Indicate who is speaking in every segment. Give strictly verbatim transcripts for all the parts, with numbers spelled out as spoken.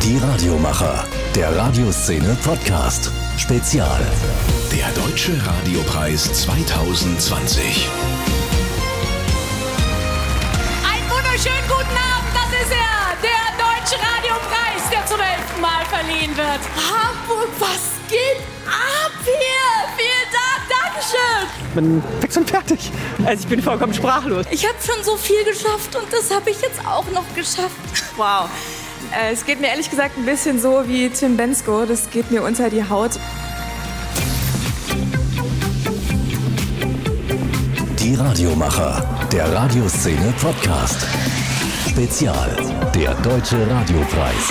Speaker 1: Die Radiomacher, der Radioszene-Podcast. Spezial.
Speaker 2: Der Deutsche Radiopreis zwanzig zwanzig.
Speaker 3: Einen wunderschönen guten Abend, das ist er, der Deutsche Radiopreis, der zum elften Mal verliehen wird. Hamburg, was geht ab hier? Vielen Dank, Dankeschön.
Speaker 4: Ich bin fix und fertig. Also ich bin vollkommen sprachlos.
Speaker 3: Ich habe schon so viel geschafft und das habe ich jetzt auch noch geschafft.
Speaker 5: Wow. Äh, es geht mir ehrlich gesagt ein bisschen so wie Tim Bendzko. Das geht mir unter die Haut.
Speaker 1: Die Radiomacher, der Radioszene-Podcast. Spezial, der Deutsche Radiopreis.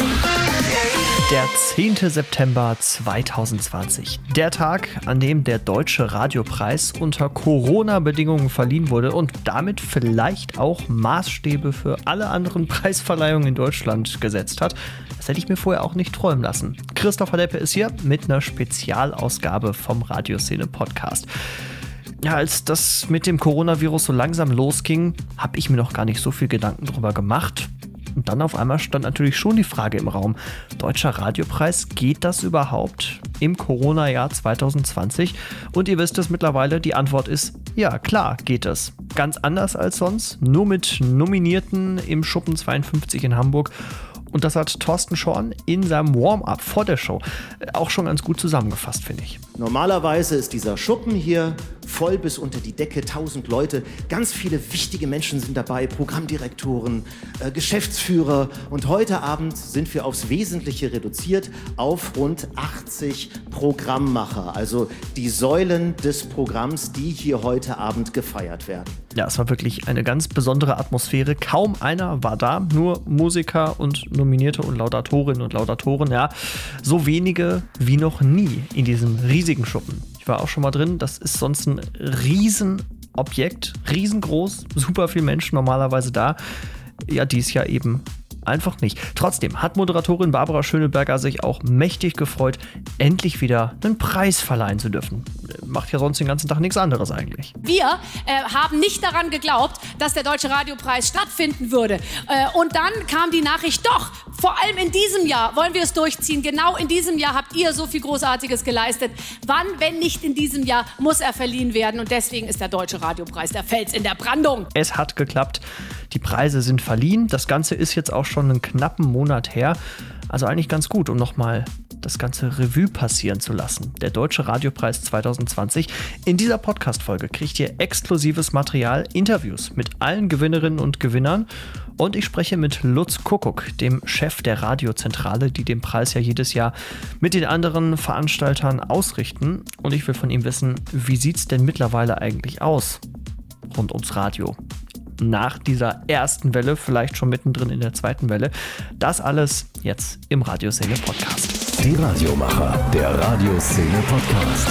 Speaker 6: Der zehnte September zweitausendzwanzig. Der Tag, an dem der Deutsche Radiopreis unter Corona-Bedingungen verliehen wurde und damit vielleicht auch Maßstäbe für alle anderen Preisverleihungen in Deutschland gesetzt hat. Das hätte ich mir vorher auch nicht träumen lassen. Christopher Deppe ist hier mit einer Spezialausgabe vom Radioszene-Podcast. Ja, als das mit dem Coronavirus so langsam losging, habe ich mir noch gar nicht so viel Gedanken drüber gemacht. Und dann auf einmal stand natürlich schon die Frage im Raum, Deutscher Radiopreis, geht das überhaupt im Corona-Jahr zwanzig zwanzig? Und ihr wisst es mittlerweile, die Antwort ist, ja klar geht es. Ganz anders als sonst, nur mit Nominierten im Schuppen zweiundfünfzig in Hamburg. Und das hat Thorsten Schorn in seinem Warm-up vor der Show auch schon ganz gut zusammengefasst, finde ich.
Speaker 7: Normalerweise ist dieser Schuppen hier voll bis unter die Decke, tausend Leute. Ganz viele wichtige Menschen sind dabei, Programmdirektoren, äh, Geschäftsführer. Und heute Abend sind wir aufs Wesentliche reduziert auf rund achtzig Programmmacher. Also die Säulen des Programms, die hier heute Abend gefeiert werden.
Speaker 6: Ja, es war wirklich eine ganz besondere Atmosphäre. Kaum einer war da, nur Musiker und Nominierte und Laudatoren und Laudatoren. Ja, so wenige wie noch nie in diesem riesigen Schuppen. Ich war auch schon mal drin. Das ist sonst ein Riesenobjekt, riesengroß, super viele Menschen normalerweise da. Ja, dies Jahr eben einfach nicht. Trotzdem hat Moderatorin Barbara Schöneberger sich auch mächtig gefreut, endlich wieder einen Preis verleihen zu dürfen. Macht ja sonst den ganzen Tag nichts anderes eigentlich.
Speaker 3: Wir äh, haben nicht daran geglaubt, dass der Deutsche Radiopreis stattfinden würde. Äh, und dann kam die Nachricht, doch, vor allem in diesem Jahr wollen wir es durchziehen. Genau in diesem Jahr habt ihr so viel Großartiges geleistet. Wann, wenn nicht in diesem Jahr, muss er verliehen werden. Und deswegen ist der Deutsche Radiopreis der Fels in der Brandung.
Speaker 6: Es hat geklappt. Die Preise sind verliehen. Das Ganze ist jetzt auch schon einen knappen Monat her. Also eigentlich ganz gut, um nochmal das ganze Revue passieren zu lassen. Der Deutsche Radiopreis zwanzig zwanzig. In dieser Podcast-Folge kriegt ihr exklusives Material, Interviews mit allen Gewinnerinnen und Gewinnern. Und ich spreche mit Lutz Kuckuck, dem Chef der Radiozentrale, die den Preis ja jedes Jahr mit den anderen Veranstaltern ausrichten. Und ich will von ihm wissen, wie sieht es denn mittlerweile eigentlich aus rund ums Radio? Nach dieser ersten Welle, vielleicht schon mittendrin in der zweiten Welle. Das alles jetzt im Radioszene-Podcast.
Speaker 1: Die Radiomacher, der Radioszene-Podcast.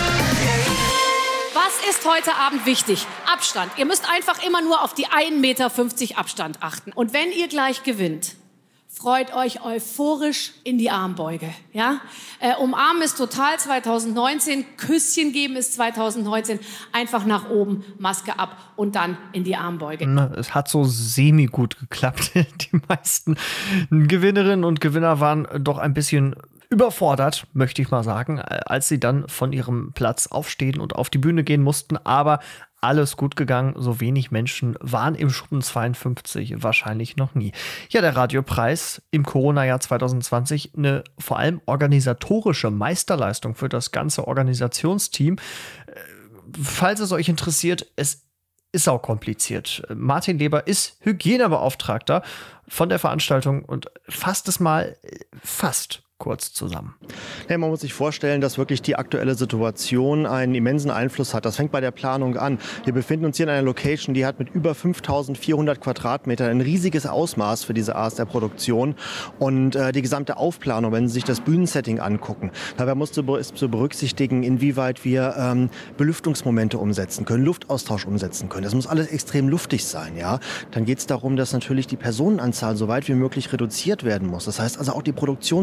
Speaker 3: Was ist heute Abend wichtig? Abstand. Ihr müsst einfach immer nur auf die ein Meter fünfzig Abstand achten. Und wenn ihr gleich gewinnt, freut euch euphorisch in die Armbeuge. Ja? Äh, umarmen ist total zwanzig neunzehn, Küsschen geben ist zwanzig neunzehn, einfach nach oben, Maske ab und dann in die Armbeuge.
Speaker 6: Es hat so semi-gut geklappt. Die meisten Gewinnerinnen und Gewinner waren doch ein bisschen überfordert, möchte ich mal sagen, als sie dann von ihrem Platz aufstehen und auf die Bühne gehen mussten. Aber alles gut gegangen, so wenig Menschen waren im Schuppen zweiundfünfzig wahrscheinlich noch nie. Ja, der Radiopreis im Corona-Jahr zwanzig zwanzig, eine vor allem organisatorische Meisterleistung für das ganze Organisationsteam. Falls es euch interessiert, es ist auch kompliziert. Martin Leber ist Hygienebeauftragter von der Veranstaltung und fasst es mal fast kurz zusammen.
Speaker 8: Ja, man muss sich vorstellen, dass wirklich die aktuelle Situation einen immensen Einfluss hat. Das fängt bei der Planung an. Wir befinden uns hier in einer Location, die hat mit über fünftausendvierhundert Quadratmetern ein riesiges Ausmaß für diese Art der Produktion. Und äh, die gesamte Aufplanung, wenn Sie sich das Bühnensetting angucken, dabei muss ist zu berücksichtigen, inwieweit wir ähm, Belüftungsmomente umsetzen können, Luftaustausch umsetzen können. Das muss alles extrem luftig sein. Ja? Dann geht es darum, dass natürlich die Personenanzahl so weit wie möglich reduziert werden muss. Das heißt also auch die Produktionsteams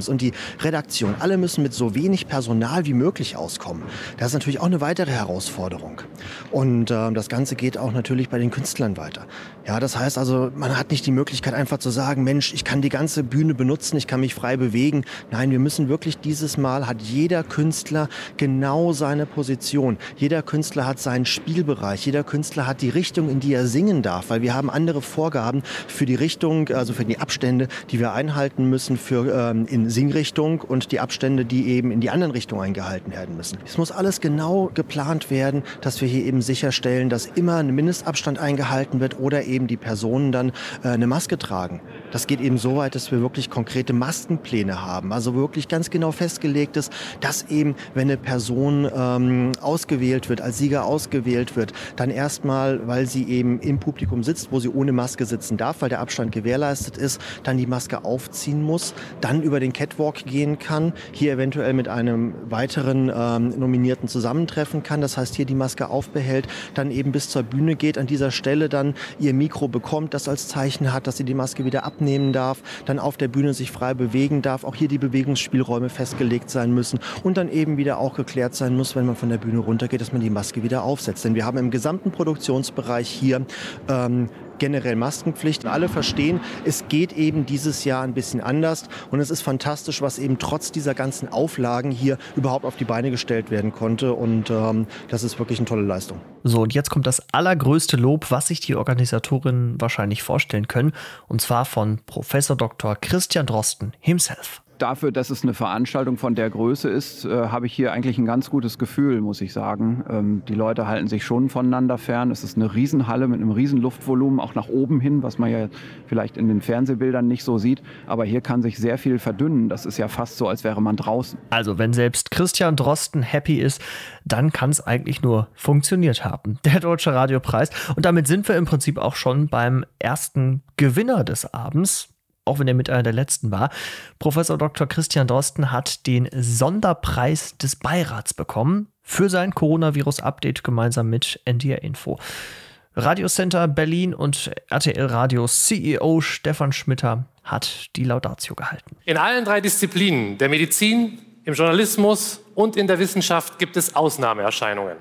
Speaker 8: Teams und die Redaktion, alle müssen mit so wenig Personal wie möglich auskommen. Das ist natürlich auch eine weitere Herausforderung. Und äh, das Ganze geht auch natürlich bei den Künstlern weiter. Ja, das heißt also, man hat nicht die Möglichkeit einfach zu sagen, Mensch, ich kann die ganze Bühne benutzen, ich kann mich frei bewegen. Nein, wir müssen wirklich dieses Mal, hat jeder Künstler genau seine Position. Jeder Künstler hat seinen Spielbereich, jeder Künstler hat die Richtung, in die er singen darf, weil wir haben andere Vorgaben für die Richtung, also für die Abstände, die wir einhalten müssen für ähm, in Singrichtung und die Abstände, die eben in die anderen Richtungen eingehalten werden müssen. Es muss alles genau geplant werden, dass wir hier eben sicherstellen, dass immer ein Mindestabstand eingehalten wird oder eben die Personen dann äh, eine Maske tragen. Das geht eben so weit, dass wir wirklich konkrete Maskenpläne haben, also wirklich ganz genau festgelegt ist, dass eben, wenn eine Person ähm, ausgewählt wird, als Sieger ausgewählt wird, dann erstmal, weil sie eben im Publikum sitzt, wo sie ohne Maske sitzen darf, weil der Abstand gewährleistet ist, dann die Maske aufziehen muss, dann über den Catwalk gehen kann, hier eventuell mit einem weiteren ähm, Nominierten zusammentreffen kann, das heißt hier die Maske aufbehält, dann eben bis zur Bühne geht, an dieser Stelle dann ihr Mikro bekommt, das als Zeichen hat, dass sie die Maske wieder abnehmen darf, dann auf der Bühne sich frei bewegen darf, auch hier die Bewegungsspielräume festgelegt sein müssen und dann eben wieder auch geklärt sein muss, wenn man von der Bühne runtergeht, dass man die Maske wieder aufsetzt. Denn wir haben im gesamten Produktionsbereich hier ähm, generell Maskenpflicht. Alle verstehen, es geht eben dieses Jahr ein bisschen anders und es ist fantastisch, was eben trotz dieser ganzen Auflagen hier überhaupt auf die Beine gestellt werden konnte und ähm, das ist wirklich eine tolle Leistung.
Speaker 6: So, und jetzt kommt das allergrößte Lob, was sich die Organisatorinnen wahrscheinlich vorstellen können, und zwar von Professor Doktor Christian Drosten himself.
Speaker 9: Dafür, dass es eine Veranstaltung von der Größe ist, äh, habe ich hier eigentlich ein ganz gutes Gefühl, muss ich sagen. Ähm, die Leute halten sich schon voneinander fern. Es ist eine Riesenhalle mit einem riesen Luftvolumen, auch nach oben hin, was man ja vielleicht in den Fernsehbildern nicht so sieht. Aber hier kann sich sehr viel verdünnen. Das ist ja fast so, als wäre man draußen.
Speaker 6: Also wenn selbst Christian Drosten happy ist, dann kann es eigentlich nur funktioniert haben. Der Deutsche Radiopreis. Und damit sind wir im Prinzip auch schon beim ersten Gewinner des Abends, auch wenn er mit einer der letzten war. Professor Doktor Christian Drosten hat den Sonderpreis des Beirats bekommen für sein Coronavirus-Update gemeinsam mit N D R Info. Radiocenter Berlin und R T L Radios C E O Stefan Schmitter hat die Laudatio gehalten.
Speaker 10: In allen drei Disziplinen, der Medizin, im Journalismus und in der Wissenschaft, gibt es Ausnahmeerscheinungen.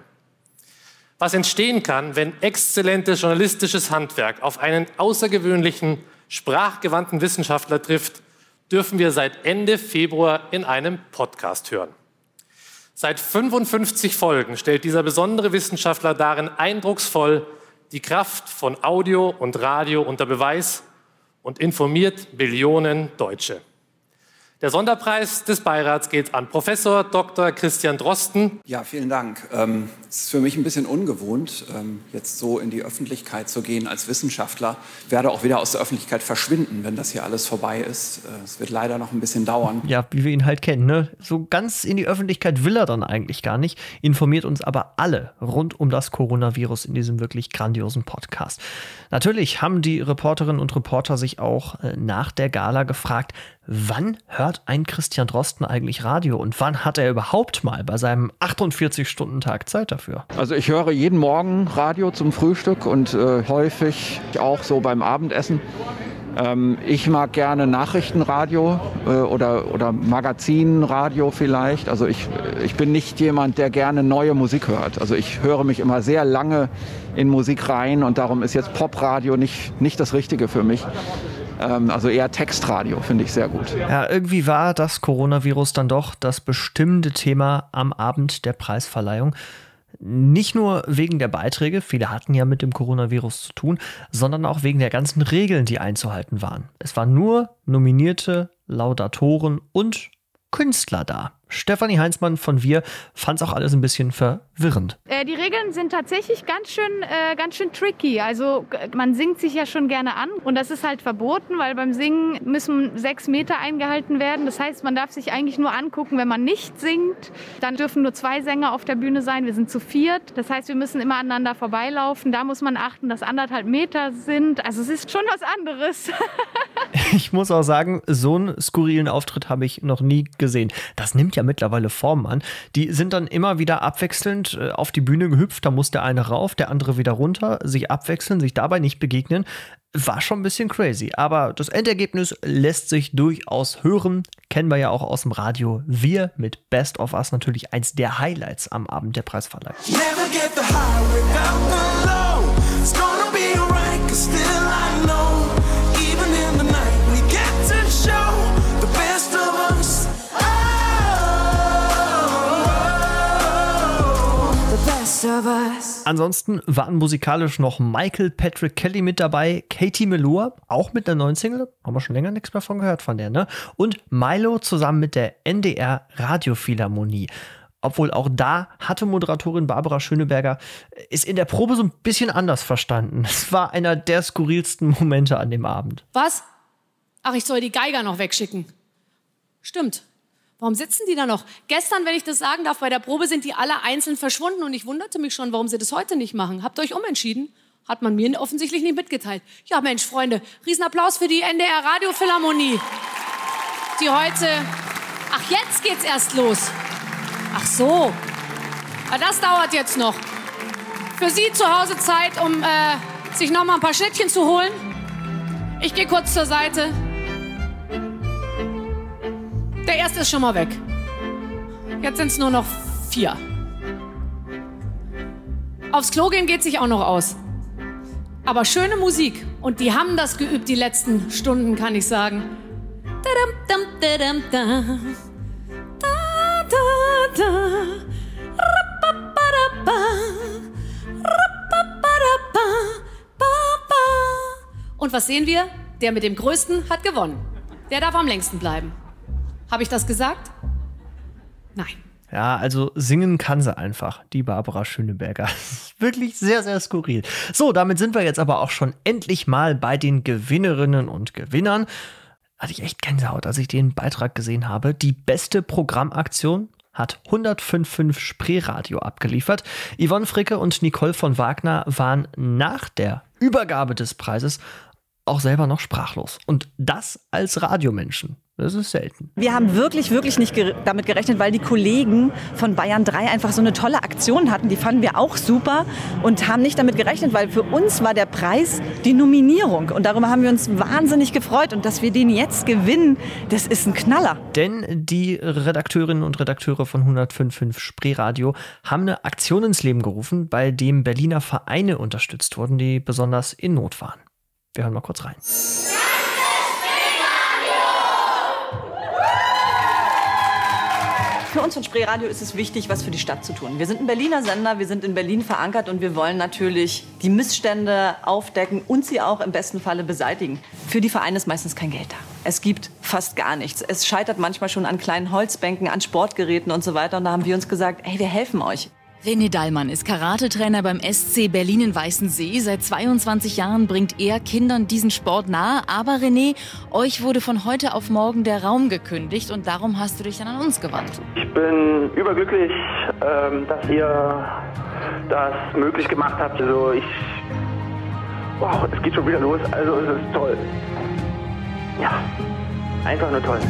Speaker 10: Was entstehen kann, wenn exzellentes journalistisches Handwerk auf einen außergewöhnlichen sprachgewandten Wissenschaftler trifft, dürfen wir seit Ende Februar in einem Podcast hören. Seit fünfundfünfzig Folgen stellt dieser besondere Wissenschaftler darin eindrucksvoll die Kraft von Audio und Radio unter Beweis und informiert Millionen Deutsche. Der Sonderpreis des Beirats geht an Professor Doktor Christian Drosten.
Speaker 11: Ja, vielen Dank. Ähm, es ist für mich ein bisschen ungewohnt, ähm, jetzt so in die Öffentlichkeit zu gehen als Wissenschaftler. Ich werde auch wieder aus der Öffentlichkeit verschwinden, wenn das hier alles vorbei ist. Äh, es wird leider noch ein bisschen dauern.
Speaker 6: Ja, wie wir ihn halt kennen, ne? So ganz in die Öffentlichkeit will er dann eigentlich gar nicht, informiert uns aber alle rund um das Coronavirus in diesem wirklich grandiosen Podcast. Natürlich haben die Reporterinnen und Reporter sich auch äh, nach der Gala gefragt, wann hört ein Christian Drosten eigentlich Radio und wann hat er überhaupt mal bei seinem achtundvierzig-Stunden-Tag Zeit dafür?
Speaker 9: Also ich höre jeden Morgen Radio zum Frühstück und äh, häufig auch so beim Abendessen. Ähm, ich mag gerne Nachrichtenradio äh, oder, oder Magazinradio vielleicht. Also ich, ich bin nicht jemand, der gerne neue Musik hört. Also ich höre mich immer sehr lange in Musik rein und darum ist jetzt Popradio nicht, nicht das Richtige für mich. Also eher Textradio finde ich sehr gut.
Speaker 6: Ja, irgendwie war das Coronavirus dann doch das bestimmende Thema am Abend der Preisverleihung. Nicht nur wegen der Beiträge, viele hatten ja mit dem Coronavirus zu tun, sondern auch wegen der ganzen Regeln, die einzuhalten waren. Es waren nur nominierte Laudatoren und Künstler da. Stefanie Heinzmann von Wir fand es auch alles ein bisschen verwirrend.
Speaker 12: Äh, die Regeln sind tatsächlich ganz schön, äh, ganz schön tricky. Also man singt sich ja schon gerne an und das ist halt verboten, weil beim Singen müssen sechs Meter eingehalten werden. Das heißt, man darf sich eigentlich nur angucken, wenn man nicht singt. Dann dürfen nur zwei Sänger auf der Bühne sein. Wir sind zu viert. Das heißt, wir müssen immer aneinander vorbeilaufen. Da muss man achten, dass anderthalb Meter sind. Also es ist schon was anderes.
Speaker 6: Ich muss auch sagen, so einen skurrilen Auftritt habe ich noch nie gesehen. Das nimmt ja mittlerweile Formen an. Die sind dann immer wieder abwechselnd äh, auf die Bühne gehüpft. Da muss der eine rauf, der andere wieder runter, sich abwechseln, sich dabei nicht begegnen. War schon ein bisschen crazy, aber das Endergebnis lässt sich durchaus hören. Kennen wir ja auch aus dem Radio. Wir mit Best of Us natürlich eins der Highlights am Abend der Preisverleihung.
Speaker 13: Never get the high without the low. It's gonna be alright, 'cause still I know. Even in the night we get to show the best of us. Oh, the best of us.
Speaker 6: Ansonsten waren musikalisch noch Michael Patrick Kelly mit dabei, Katie Melua, auch mit einer neuen Single, haben wir schon länger nichts mehr von gehört von der, ne? Und Milo zusammen mit der N D R Radiophilharmonie. Obwohl auch da hatte Moderatorin Barbara Schöneberger es in der Probe so ein bisschen anders verstanden. Es war einer der skurrilsten Momente an dem Abend.
Speaker 3: Was? Ach, ich soll die Geiger noch wegschicken. Stimmt. Warum sitzen die da noch? Gestern, wenn ich das sagen darf, bei der Probe sind die alle einzeln verschwunden und ich wunderte mich schon, warum sie das heute nicht machen. Habt ihr euch umentschieden? Hat man mir offensichtlich nicht mitgeteilt. Ja, Mensch, Freunde, Riesenapplaus für die N D R Radiophilharmonie, die heute... Ach, jetzt geht's erst los. Ach so. Ja, das dauert jetzt noch. Für Sie zu Hause Zeit, um äh, sich noch mal ein paar Schnittchen zu holen. Ich gehe kurz zur Seite. Der erste ist schon mal weg. Jetzt sind es nur noch vier. Aufs Klo gehen geht sich auch noch aus. Aber schöne Musik. Und die haben das geübt die letzten Stunden, kann ich sagen. Und was sehen wir? Der mit dem Größten hat gewonnen. Der darf am längsten bleiben. Habe ich das gesagt? Nein.
Speaker 6: Ja, also singen kann sie einfach, die Barbara Schöneberger. Wirklich sehr, sehr skurril. So, damit sind wir jetzt aber auch schon endlich mal bei den Gewinnerinnen und Gewinnern. Hatte ich echt Gänsehaut, als ich den Beitrag gesehen habe. Die beste Programmaktion hat hundertfünf Komma fünf Spreeradio abgeliefert. Yvonne Fricke und Nicole von Wagner waren nach der Übergabe des Preises auch selber noch sprachlos. Und das als Radiomenschen. Das ist selten.
Speaker 14: Wir haben wirklich, wirklich nicht ger- damit gerechnet, weil die Kollegen von Bayern drei einfach so eine tolle Aktion hatten. Die fanden wir auch super und haben nicht damit gerechnet, weil für uns war der Preis die Nominierung. Und darüber haben wir uns wahnsinnig gefreut. Und dass wir den jetzt gewinnen, das ist ein Knaller.
Speaker 6: Denn die Redakteurinnen und Redakteure von hundertfünf Komma fünf Spreeradio haben eine Aktion ins Leben gerufen, bei dem Berliner Vereine unterstützt wurden, die besonders in Not waren. Wir hören mal kurz rein.
Speaker 14: Für uns von Spreeradio ist es wichtig, was für die Stadt zu tun. Wir sind ein Berliner Sender, wir sind in Berlin verankert und wir wollen natürlich die Missstände aufdecken und sie auch im besten Falle beseitigen. Für die Vereine ist meistens kein Geld da. Es gibt fast gar nichts. Es scheitert manchmal schon an kleinen Holzbänken, an Sportgeräten und so weiter. Und da haben wir uns gesagt, hey, wir helfen euch.
Speaker 15: René Dallmann ist Karatetrainer beim S C Berlin in Weißensee. Seit zweiundzwanzig Jahren bringt er Kindern diesen Sport nahe. Aber René, euch wurde von heute auf morgen der Raum gekündigt und darum hast du dich dann an uns gewandt.
Speaker 16: Ich bin überglücklich, ähm, dass ihr das möglich gemacht habt. Also ich... Wow, es geht schon wieder los. Also es ist toll. Ja, einfach nur toll.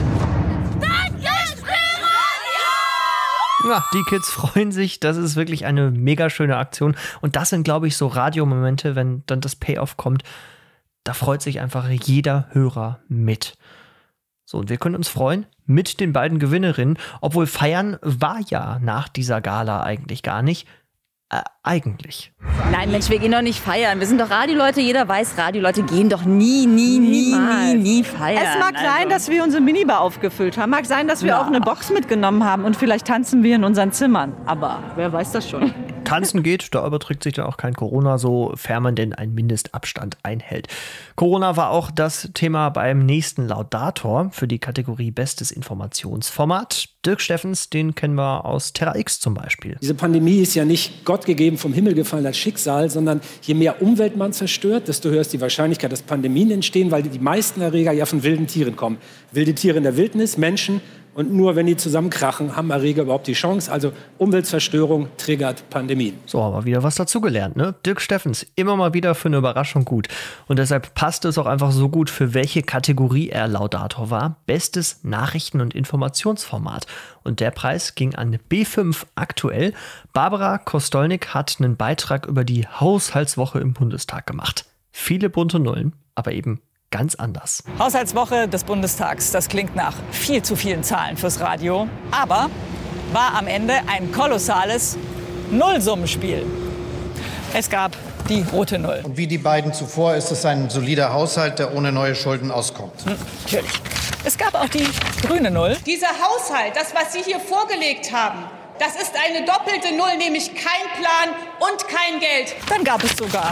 Speaker 6: Ja, die Kids freuen sich, das ist wirklich eine mega schöne Aktion und das sind, glaube ich, so Radiomomente, wenn dann das Payoff kommt, da freut sich einfach jeder Hörer mit. So, und wir können uns freuen mit den beiden Gewinnerinnen, obwohl feiern war ja nach dieser Gala eigentlich gar nicht. Äh, eigentlich.
Speaker 17: Nein, Mensch, wir gehen doch nicht feiern. Wir sind doch Radioleute. Jeder weiß, Radioleute gehen doch nie, nie, nie, nie, nie feiern.
Speaker 14: Es mag sein,
Speaker 17: also.
Speaker 14: dass wir unsere Minibar aufgefüllt haben. Mag sein, dass wir
Speaker 17: Ja.
Speaker 14: auch eine Box mitgenommen haben und vielleicht tanzen wir in unseren Zimmern. Aber wer weiß das schon.
Speaker 6: Tanzen geht, da überträgt sich dann auch kein Corona, sofern man denn einen Mindestabstand einhält. Corona war auch das Thema beim nächsten Laudator für die Kategorie Bestes Informationsformat. Dirk Steffens, den kennen wir aus Terra X zum Beispiel.
Speaker 18: Diese Pandemie ist ja nicht Gott gegeben, vom Himmel gefallen als Schicksal, sondern je mehr Umwelt man zerstört, desto höher ist die Wahrscheinlichkeit, dass Pandemien entstehen, weil die meisten Erreger ja von wilden Tieren kommen. Wilde Tiere in der Wildnis, Menschen. Und nur wenn die zusammenkrachen, haben Erreger überhaupt die Chance. Also Umweltzerstörung triggert Pandemien.
Speaker 6: So, aber wieder was dazugelernt, ne? Dirk Steffens, immer mal wieder für eine Überraschung gut. Und deshalb passt es auch einfach so gut, für welche Kategorie er Laudator war. Bestes Nachrichten- und Informationsformat. Und der Preis ging an B fünf aktuell. Barbara Kostolnik hat einen Beitrag über die Haushaltswoche im Bundestag gemacht. Viele bunte Nullen, aber eben ganz anders.
Speaker 19: Haushaltswoche des Bundestags, das klingt nach viel zu vielen Zahlen fürs Radio, aber war am Ende ein kolossales Nullsummenspiel. Es gab die rote Null.
Speaker 20: Und wie die beiden zuvor ist es ein solider Haushalt, der ohne neue Schulden auskommt.
Speaker 19: Hm, natürlich. Es gab auch die grüne Null.
Speaker 21: Dieser Haushalt, das, was Sie hier vorgelegt haben, das ist eine doppelte Null, nämlich kein Plan und kein Geld.
Speaker 19: Dann gab es sogar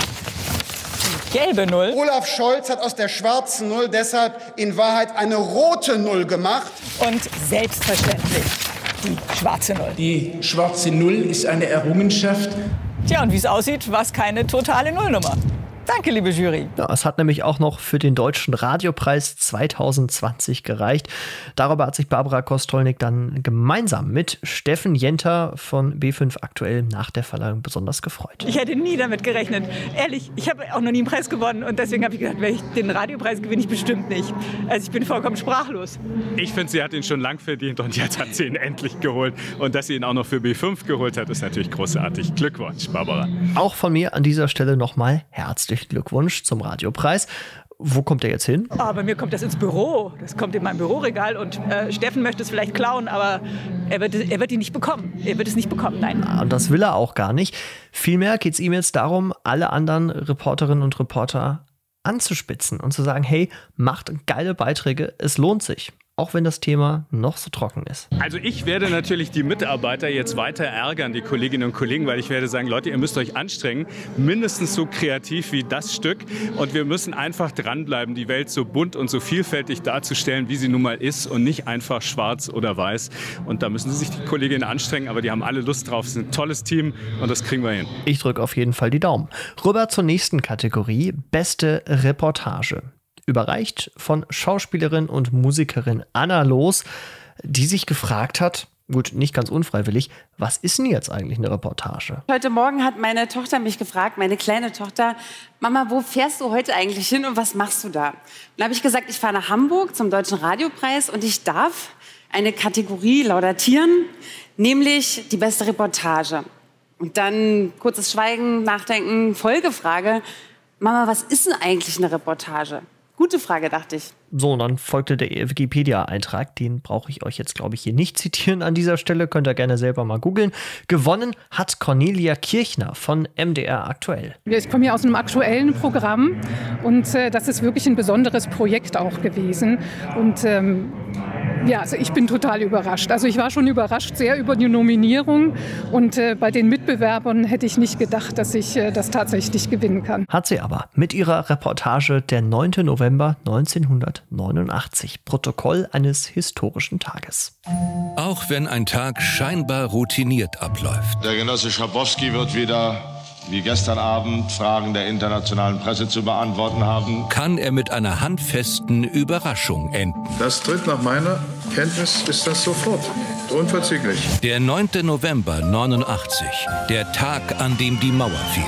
Speaker 19: die gelbe Null.
Speaker 22: Olaf Scholz hat aus der schwarzen Null deshalb in Wahrheit eine rote Null gemacht.
Speaker 19: Und selbstverständlich die schwarze Null.
Speaker 23: Die schwarze Null ist eine Errungenschaft.
Speaker 19: Tja, und wie es aussieht, war es keine totale Nullnummer. Danke, liebe Jury.
Speaker 6: Ja, es hat nämlich auch noch für den Deutschen Radiopreis zwanzig zwanzig gereicht. Darüber hat sich Barbara Kostolnik dann gemeinsam mit Steffen Jenter von B fünf aktuell nach der Verleihung besonders gefreut.
Speaker 19: Ich hätte nie damit gerechnet. Ehrlich, ich habe auch noch nie einen Preis gewonnen und deswegen habe ich gedacht, wenn ich den Radiopreis gewinne, ich bestimmt nicht. Also ich bin vollkommen sprachlos.
Speaker 24: Ich finde, sie hat ihn schon lang verdient und jetzt hat sie ihn endlich geholt. Und dass sie ihn auch noch für B fünf geholt hat, ist natürlich großartig. Glückwunsch, Barbara.
Speaker 6: Auch von mir an dieser Stelle nochmal herzlichen Glückwunsch zum Radiopreis. Wo kommt der jetzt hin?
Speaker 19: Oh, bei mir kommt das ins Büro. Das kommt in mein Büroregal und äh, Steffen möchte es vielleicht klauen, aber er wird, er wird ihn nicht bekommen. Er wird es nicht bekommen, nein.
Speaker 6: Und das will er auch gar nicht. Vielmehr geht es ihm jetzt darum, alle anderen Reporterinnen und Reporter anzuspitzen und zu sagen, hey, macht geile Beiträge, es lohnt sich. Auch wenn das Thema noch so trocken ist.
Speaker 24: Also ich werde natürlich die Mitarbeiter jetzt weiter ärgern, die Kolleginnen und Kollegen, weil ich werde sagen, Leute, ihr müsst euch anstrengen, mindestens so kreativ wie das Stück. Und wir müssen einfach dranbleiben, die Welt so bunt und so vielfältig darzustellen, wie sie nun mal ist und nicht einfach schwarz oder weiß. Und da müssen sich die Kolleginnen anstrengen, aber die haben alle Lust drauf. Es ist ein tolles Team und das kriegen wir hin.
Speaker 6: Ich drücke auf jeden Fall die Daumen. Rüber zur nächsten Kategorie, beste Reportage. Überreicht von Schauspielerin und Musikerin Anna Loos, die sich gefragt hat, gut, nicht ganz unfreiwillig, was ist denn jetzt eigentlich eine Reportage?
Speaker 25: Heute Morgen hat meine Tochter mich gefragt, meine kleine Tochter, Mama, wo fährst du heute eigentlich hin und was machst du da? Und da habe ich gesagt, ich fahre nach Hamburg zum Deutschen Radiopreis und ich darf eine Kategorie laudatieren, nämlich die beste Reportage. Und dann kurzes Schweigen, Nachdenken, Folgefrage, Mama, was ist denn eigentlich eine Reportage? Gute Frage, dachte ich.
Speaker 6: So, und dann folgte der Wikipedia-Eintrag. Den brauche ich euch jetzt, glaube ich, hier nicht zitieren an dieser Stelle. Könnt ihr gerne selber mal googeln. Gewonnen hat Cornelia Kirchner von M D R aktuell.
Speaker 26: Ich komme ja aus einem aktuellen Programm und äh, das ist wirklich ein besonderes Projekt auch gewesen. Und ähm, ja, also ich bin total überrascht. Also ich war schon überrascht sehr über die Nominierung und äh, bei den Mitbewerbern hätte ich nicht gedacht, dass ich äh, das tatsächlich gewinnen kann.
Speaker 6: Hat sie aber mit ihrer Reportage der neunten November neunzehnhundertneunundachtzig. Protokoll eines historischen Tages.
Speaker 2: Auch wenn ein Tag scheinbar routiniert abläuft.
Speaker 27: Der Genosse Schabowski wird wieder, wie gestern Abend, Fragen der internationalen Presse zu beantworten haben.
Speaker 2: Kann er mit einer handfesten Überraschung enden.
Speaker 28: Das tritt nach meiner Kenntnis, ist das sofort, unverzüglich.
Speaker 2: Der neunte November neunundachtzig, der Tag, an dem die Mauer fiel.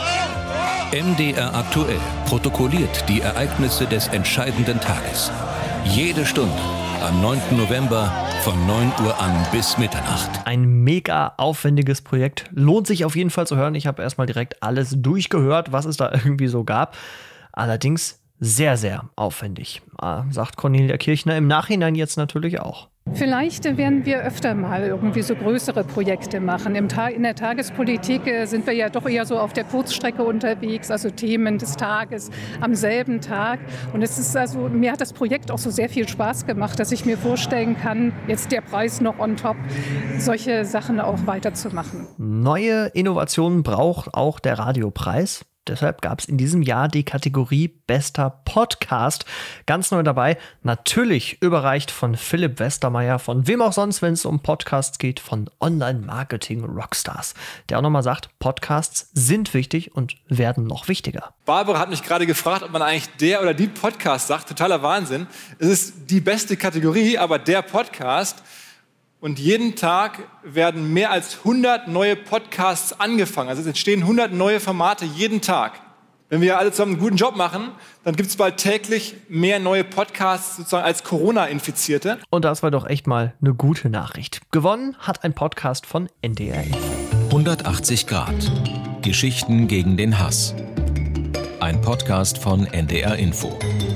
Speaker 2: M D R aktuell protokolliert die Ereignisse des entscheidenden Tages. Jede Stunde am neunten November von neun Uhr an bis Mitternacht.
Speaker 6: Ein mega aufwendiges Projekt. Lohnt sich auf jeden Fall zu hören. Ich habe erstmal direkt alles durchgehört, was es da irgendwie so gab. Allerdings sehr, sehr aufwendig, sagt Cornelia Kirchner im Nachhinein jetzt natürlich auch.
Speaker 26: Vielleicht werden wir öfter mal irgendwie so größere Projekte machen. Im Ta- in der Tagespolitik sind wir ja doch eher so auf der Kurzstrecke unterwegs, also Themen des Tages am selben Tag. Und es ist also, mir hat das Projekt auch so sehr viel Spaß gemacht, dass ich mir vorstellen kann, jetzt der Preis noch on top, solche Sachen auch weiterzumachen.
Speaker 6: Neue Innovationen braucht auch der Radiopreis. Deshalb gab es in diesem Jahr die Kategorie Bester Podcast. Ganz neu dabei, natürlich überreicht von Philipp Westermeier, von wem auch sonst, wenn es um Podcasts geht, von Online-Marketing-Rockstars. Der auch nochmal sagt, Podcasts sind wichtig und werden noch wichtiger.
Speaker 29: Barbara hat mich gerade gefragt, ob man eigentlich der oder die Podcast sagt. Totaler Wahnsinn. Es ist die beste Kategorie, aber der Podcast. Und jeden Tag werden mehr als hundert neue Podcasts angefangen. Also es entstehen hundert neue Formate jeden Tag. Wenn wir alle zusammen einen guten Job machen, dann gibt es bald täglich mehr neue Podcasts sozusagen als Corona-Infizierte.
Speaker 6: Und das war doch echt mal eine gute Nachricht. Gewonnen hat ein Podcast von N D R Info.
Speaker 1: hundertachtzig Grad. Geschichten gegen den Hass.
Speaker 2: Ein Podcast von N D R Info.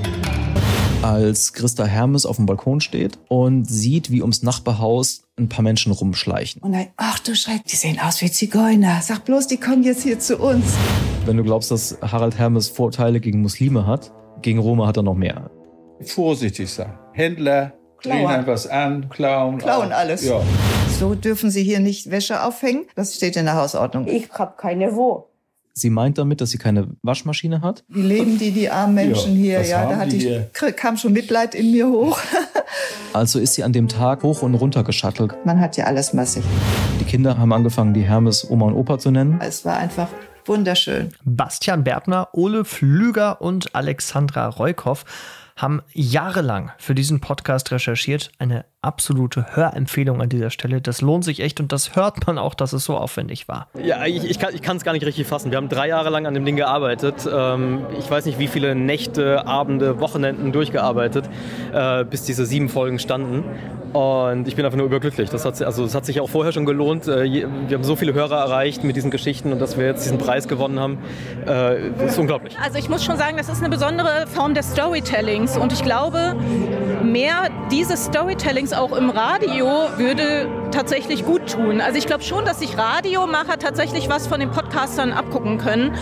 Speaker 4: Als Christa Hermes auf dem Balkon steht und sieht, wie ums Nachbarhaus ein paar Menschen rumschleichen.
Speaker 5: Und dann, ach du Schreck, die sehen aus wie Zigeuner. Sag bloß, die kommen jetzt hier zu uns.
Speaker 4: Wenn du glaubst, dass Harald Hermes Vorteile gegen Muslime hat, gegen Roma hat er noch mehr.
Speaker 28: Vorsichtig sein. Händler drehen
Speaker 5: Klauen.
Speaker 28: etwas an, klauen.
Speaker 5: Klauen
Speaker 28: auch.
Speaker 5: alles.
Speaker 28: Ja.
Speaker 5: So dürfen sie hier nicht Wäsche aufhängen. Das steht in der Hausordnung. Ich hab keine wo.
Speaker 4: Sie meint damit, dass sie keine Waschmaschine hat.
Speaker 5: Wie leben die, die armen Menschen
Speaker 4: Ja,
Speaker 5: hier?
Speaker 4: was
Speaker 5: Ja,
Speaker 4: haben
Speaker 5: da hatte
Speaker 4: die
Speaker 5: ich,
Speaker 4: hier?
Speaker 5: kr- kam schon Mitleid in mir hoch.
Speaker 4: Also ist sie an dem Tag hoch und runter geschattelt.
Speaker 5: Man hat ja alles massig.
Speaker 4: Die Kinder haben angefangen, die Hermes Oma und Opa zu nennen.
Speaker 5: Es war einfach wunderschön.
Speaker 6: Bastian Bertner, Ole Pflüger und Alexandra Reukow haben jahrelang für diesen Podcast recherchiert. Eine absolute Hörempfehlung an dieser Stelle. Das lohnt sich echt und das hört man auch, dass es so aufwendig war.
Speaker 7: Ja, ich, ich kann es gar nicht richtig fassen. Wir haben drei Jahre lang an dem Ding gearbeitet. Ähm, ich weiß nicht, wie viele Nächte, Abende, Wochenenden durchgearbeitet, äh, bis diese sieben Folgen standen. Und ich bin einfach nur überglücklich. Das hat, also, das hat sich auch vorher schon gelohnt. Äh, wir haben so viele Hörer erreicht mit diesen Geschichten und dass wir jetzt diesen Preis gewonnen haben, äh, ist unglaublich.
Speaker 26: Also ich muss schon sagen, das ist eine besondere Form des Storytellings und ich glaube, mehr dieses Storytellings auch im Radio würde tatsächlich gut tun. Also ich glaube schon, dass sich Radiomacher tatsächlich was von den Podcastern abgucken können.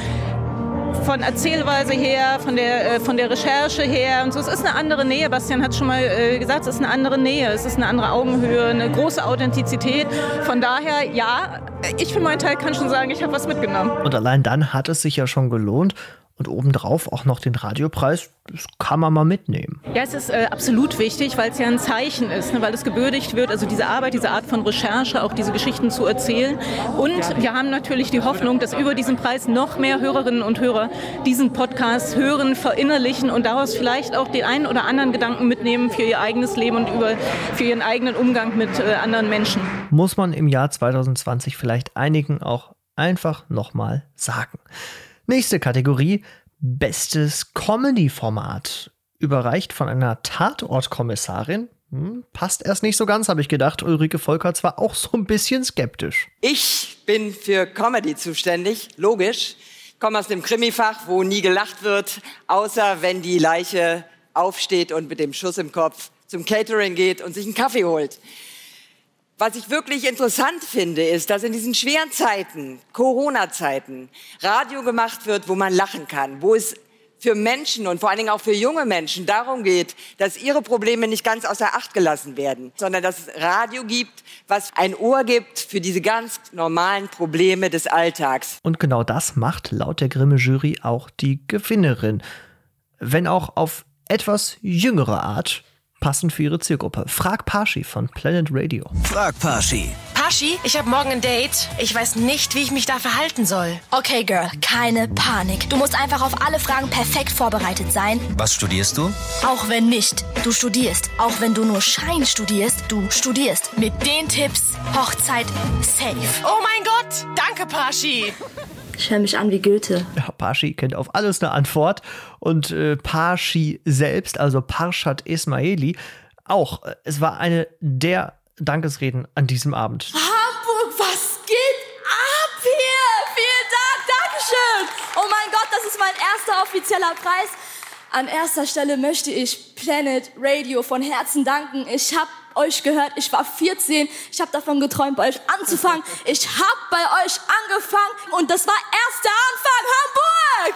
Speaker 26: Von Erzählweise her, von der, äh, von der Recherche her und so. Es ist eine andere Nähe, Bastian hat schon mal äh, gesagt, es ist eine andere Nähe, es ist eine andere Augenhöhe, eine große Authentizität. Von daher, ja, ich für meinen Teil kann schon sagen, ich habe was mitgenommen.
Speaker 6: Und allein dann hat es sich ja schon gelohnt. Und obendrauf auch noch den Radiopreis, das kann man mal mitnehmen.
Speaker 26: Ja, es ist äh, absolut wichtig, weil es ja ein Zeichen ist, ne, weil es gebürdigt wird, also diese Arbeit, diese Art von Recherche, auch diese Geschichten zu erzählen. Und wir haben natürlich die Hoffnung, dass über diesen Preis noch mehr Hörerinnen und Hörer diesen Podcast hören, verinnerlichen und daraus vielleicht auch den einen oder anderen Gedanken mitnehmen für ihr eigenes Leben und über, für ihren eigenen Umgang mit äh, anderen Menschen.
Speaker 6: Muss man im Jahr zwanzig zwanzig vielleicht einigen auch einfach nochmal sagen. Nächste Kategorie, bestes Comedy-Format. Überreicht von einer Tatortkommissarin. Hm, passt erst nicht so ganz, habe ich gedacht. Ulrike Volkerts war auch so ein bisschen skeptisch.
Speaker 8: Ich bin für Comedy zuständig, logisch. Ich komme aus dem Krimifach, wo nie gelacht wird, außer wenn die Leiche aufsteht und mit dem Schuss im Kopf zum Catering geht und sich einen Kaffee holt. Was ich wirklich interessant finde, ist, dass in diesen schweren Zeiten, Corona-Zeiten, Radio gemacht wird, wo man lachen kann, wo es für Menschen und vor allen Dingen auch für junge Menschen darum geht, dass ihre Probleme nicht ganz außer Acht gelassen werden, sondern dass es Radio gibt, was ein Ohr gibt für diese ganz normalen Probleme des Alltags.
Speaker 6: Und genau das macht laut der Grimme-Jury auch die Gewinnerin. Wenn auch auf etwas jüngere Art. Passend für ihre Zielgruppe. Frag Paschi von Planet Radio.
Speaker 9: Frag Paschi.
Speaker 10: Paschi, ich habe morgen ein Date. Ich weiß nicht, wie ich mich da verhalten soll.
Speaker 11: Okay, Girl, keine Panik. Du musst einfach auf alle Fragen perfekt vorbereitet sein.
Speaker 9: Was studierst du?
Speaker 11: Auch wenn nicht, du studierst. Auch wenn du nur Schein studierst, du studierst. Mit den Tipps, Hochzeit safe.
Speaker 10: Oh mein Gott, danke Paschi.
Speaker 11: Ich höre mich an wie Goethe.
Speaker 6: Ja, Paschi kennt auf alles eine Antwort. Und äh, Paschi selbst, also Parshad Esmaili, auch. Es war eine der Dankesreden an diesem Abend.
Speaker 11: Hamburg, was geht ab hier? Vielen Dank, Dankeschön. Oh mein Gott, das ist mein erster offizieller Preis. An erster Stelle möchte ich Planet Radio von Herzen danken. Ich habe euch gehört, ich war vierzehn, ich habe davon geträumt, bei euch anzufangen. Ich habe bei euch angefangen und das war erst der Anfang,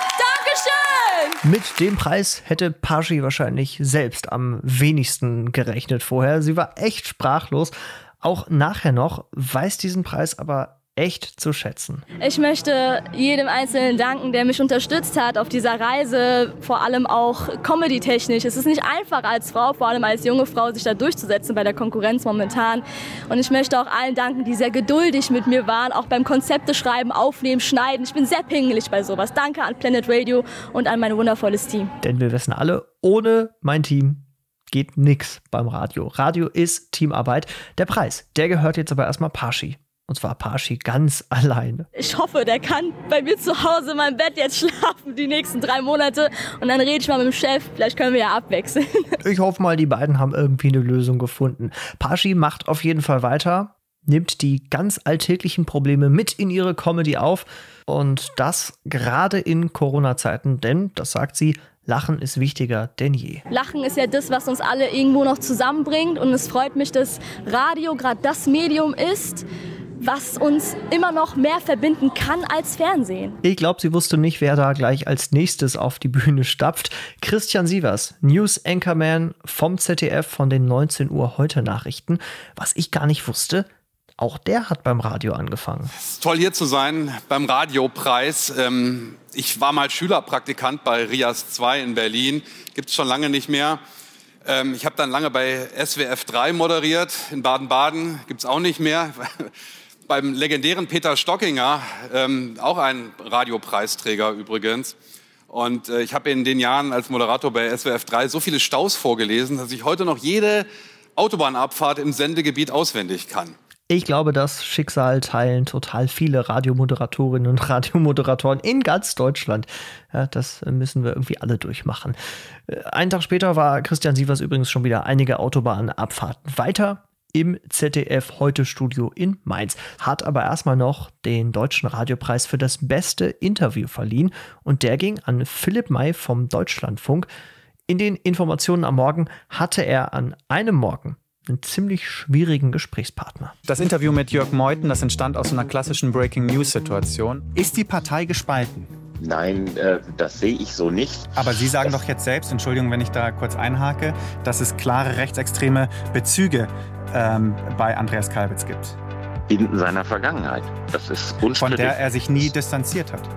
Speaker 11: Hamburg! Dankeschön!
Speaker 6: Mit dem Preis hätte Paschi wahrscheinlich selbst am wenigsten gerechnet vorher. Sie war echt sprachlos. Auch nachher noch, weiß diesen Preis aber echt zu schätzen.
Speaker 11: Ich möchte jedem Einzelnen danken, der mich unterstützt hat auf dieser Reise, vor allem auch comedy-technisch. Es ist nicht einfach als Frau, vor allem als junge Frau, sich da durchzusetzen bei der Konkurrenz momentan. Und ich möchte auch allen danken, die sehr geduldig mit mir waren, auch beim Konzepte schreiben, aufnehmen, schneiden. Ich bin sehr pingelig bei sowas. Danke an Planet Radio und an mein wundervolles Team.
Speaker 6: Denn wir wissen alle, ohne mein Team geht nix beim Radio. Radio ist Teamarbeit. Der Preis, der gehört jetzt aber erstmal Paschi. Und zwar Paschi ganz alleine.
Speaker 11: Ich hoffe, der kann bei mir zu Hause in meinem Bett jetzt schlafen die nächsten drei Monate. Und dann rede ich mal mit dem Chef. Vielleicht können wir ja abwechseln.
Speaker 6: Ich hoffe mal, die beiden haben irgendwie eine Lösung gefunden. Paschi macht auf jeden Fall weiter. nimmt die ganz alltäglichen Probleme mit in ihre Comedy auf. Und das gerade in Corona-Zeiten, denn, das sagt sie, Lachen ist wichtiger denn je.
Speaker 11: Lachen ist ja das, was uns alle irgendwo noch zusammenbringt. Und es freut mich, dass Radio gerade das Medium ist, was uns immer noch mehr verbinden kann als Fernsehen.
Speaker 6: Ich glaube, sie wusste nicht, wer da gleich als nächstes auf die Bühne stapft. Christian Sievers, News-Anchorman vom Z D F von den neunzehn Uhr Heute-Nachrichten. Was ich gar nicht wusste, auch der hat beim Radio angefangen.
Speaker 3: Es ist toll, hier zu sein beim Radiopreis. Ähm, ich war mal Schülerpraktikant bei RIAS zwei in Berlin. Gibt es schon lange nicht mehr. Ähm, ich habe dann lange bei S W F drei moderiert. In Baden-Baden gibt es auch nicht mehr. Beim legendären Peter Stockinger, ähm, auch ein Radiopreisträger übrigens. Und äh, ich habe in den Jahren als Moderator bei S W F drei so viele Staus vorgelesen, dass ich heute noch jede Autobahnabfahrt im Sendegebiet auswendig kann.
Speaker 6: Ich glaube, das Schicksal teilen total viele Radiomoderatorinnen und Radiomoderatoren in ganz Deutschland. Ja, das müssen wir irgendwie alle durchmachen. Einen Tag später war Christian Sievers übrigens schon wieder einige Autobahnabfahrten weiter im Z D F Heute-Studio in Mainz. Hat aber erstmal noch den Deutschen Radiopreis für das beste Interview verliehen. Und der ging an Philipp May vom Deutschlandfunk. In den Informationen am Morgen hatte er an einem Morgen einen ziemlich schwierigen Gesprächspartner.
Speaker 12: Das Interview mit Jörg Meuthen, das entstand aus einer klassischen Breaking-News-Situation.
Speaker 13: Ist die Partei gespalten?
Speaker 14: Nein, äh, das sehe ich so nicht.
Speaker 13: Aber Sie sagen das doch jetzt selbst, Entschuldigung, wenn ich da kurz einhake, dass es klare rechtsextreme Bezüge ähm, bei Andreas Kalbitz gibt.
Speaker 14: In seiner Vergangenheit. Das ist unstrittig.
Speaker 13: Von der er sich nie distanziert hat.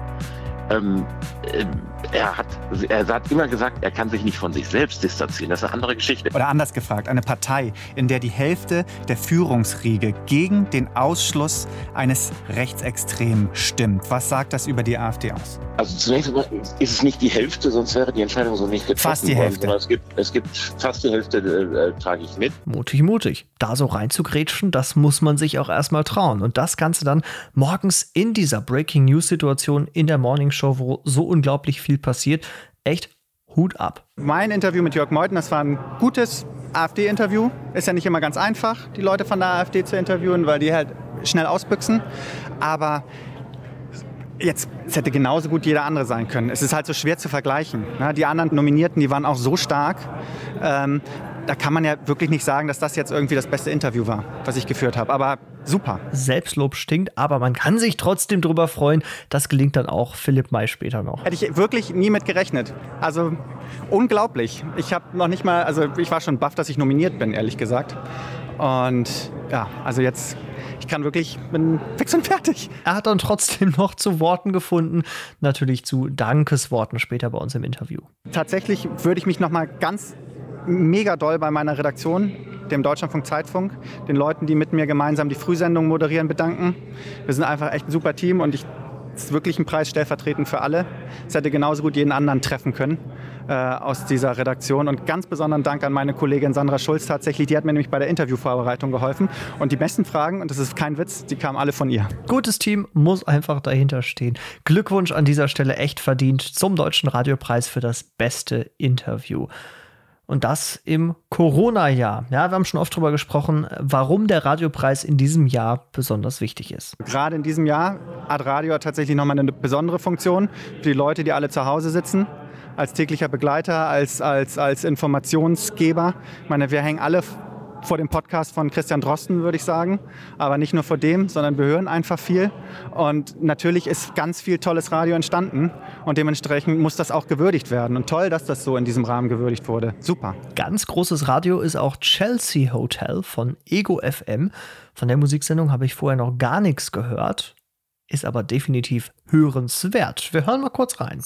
Speaker 14: Ähm, äh, er, hat, er hat immer gesagt, er kann sich nicht von sich selbst distanzieren. Das ist eine andere Geschichte.
Speaker 13: Oder anders gefragt, eine Partei, in der die Hälfte der Führungsriege gegen den Ausschluss eines Rechtsextremen stimmt. Was sagt das über die AfD aus?
Speaker 14: Also zunächst einmal ist es nicht die Hälfte, sonst wäre die Entscheidung so nicht getroffen.
Speaker 13: Fast die Hälfte.
Speaker 14: Es gibt, es gibt fast die Hälfte, äh, trage ich mit.
Speaker 6: Mutig, mutig. Da so reinzugrätschen, das muss man sich auch erstmal trauen. Und das Ganze dann morgens in dieser Breaking-News-Situation in der Morningshow, wo so unglaublich viel passiert. Echt Hut ab.
Speaker 13: Mein Interview mit Jörg Meuthen, das war ein gutes AfD-Interview. Ist ja nicht immer ganz einfach, die Leute von der AfD zu interviewen, weil die halt schnell ausbüchsen. Aber jetzt, es hätte genauso gut jeder andere sein können. Es ist halt so schwer zu vergleichen. Die anderen Nominierten, die waren auch so stark. Ähm, da kann man ja wirklich nicht sagen, dass das jetzt irgendwie das beste Interview war, was ich geführt habe. Aber super.
Speaker 6: Selbstlob stinkt, aber man kann sich trotzdem drüber freuen. Das gelingt dann auch Philipp May später noch.
Speaker 13: Hätte ich wirklich nie mit gerechnet. Also unglaublich. Ich habe noch nicht mal, also ich war schon baff, dass ich nominiert bin, ehrlich gesagt. Und ja, also jetzt, ich kann wirklich, bin fix und fertig.
Speaker 6: Er hat dann trotzdem noch zu Worten gefunden. Natürlich zu Dankesworten später bei uns im Interview.
Speaker 13: Tatsächlich würde ich mich noch mal ganz mega doll bei meiner Redaktion, dem Deutschlandfunk Zeitfunk, den Leuten, die mit mir gemeinsam die Frühsendung moderieren, bedanken. Wir sind einfach echt ein super Team und ich, es ist wirklich ein Preis stellvertretend für alle. Es hätte genauso gut jeden anderen treffen können äh, aus dieser Redaktion. Und ganz besonderen Dank an meine Kollegin Sandra Schulz tatsächlich. Die hat mir nämlich bei der Interviewvorbereitung geholfen. Und die besten Fragen, und das ist kein Witz, die kamen alle von ihr.
Speaker 6: Gutes Team muss einfach dahinter stehen. Glückwunsch an dieser Stelle, echt verdient zum Deutschen Radiopreis für das beste Interview. Und das im Corona-Jahr. Ja, wir haben schon oft drüber gesprochen, warum der Radiopreis in diesem Jahr besonders wichtig ist.
Speaker 13: Gerade in diesem Jahr hat Radio tatsächlich nochmal eine besondere Funktion für die Leute, die alle zu Hause sitzen. Als täglicher Begleiter, als, als, als Informationsgeber. Ich meine, wir hängen alle vor dem Podcast von Christian Drosten, würde ich sagen. Aber nicht nur vor dem, sondern wir hören einfach viel. Und natürlich ist ganz viel tolles Radio entstanden. Und dementsprechend muss das auch gewürdigt werden. Und toll, dass das so in diesem Rahmen gewürdigt wurde. Super.
Speaker 6: Ganz großes Radio ist auch Chelsea Hotel von Ego F M. Von der Musiksendung habe ich vorher noch gar nichts gehört. Ist aber definitiv hörenswert. Wir hören mal kurz rein.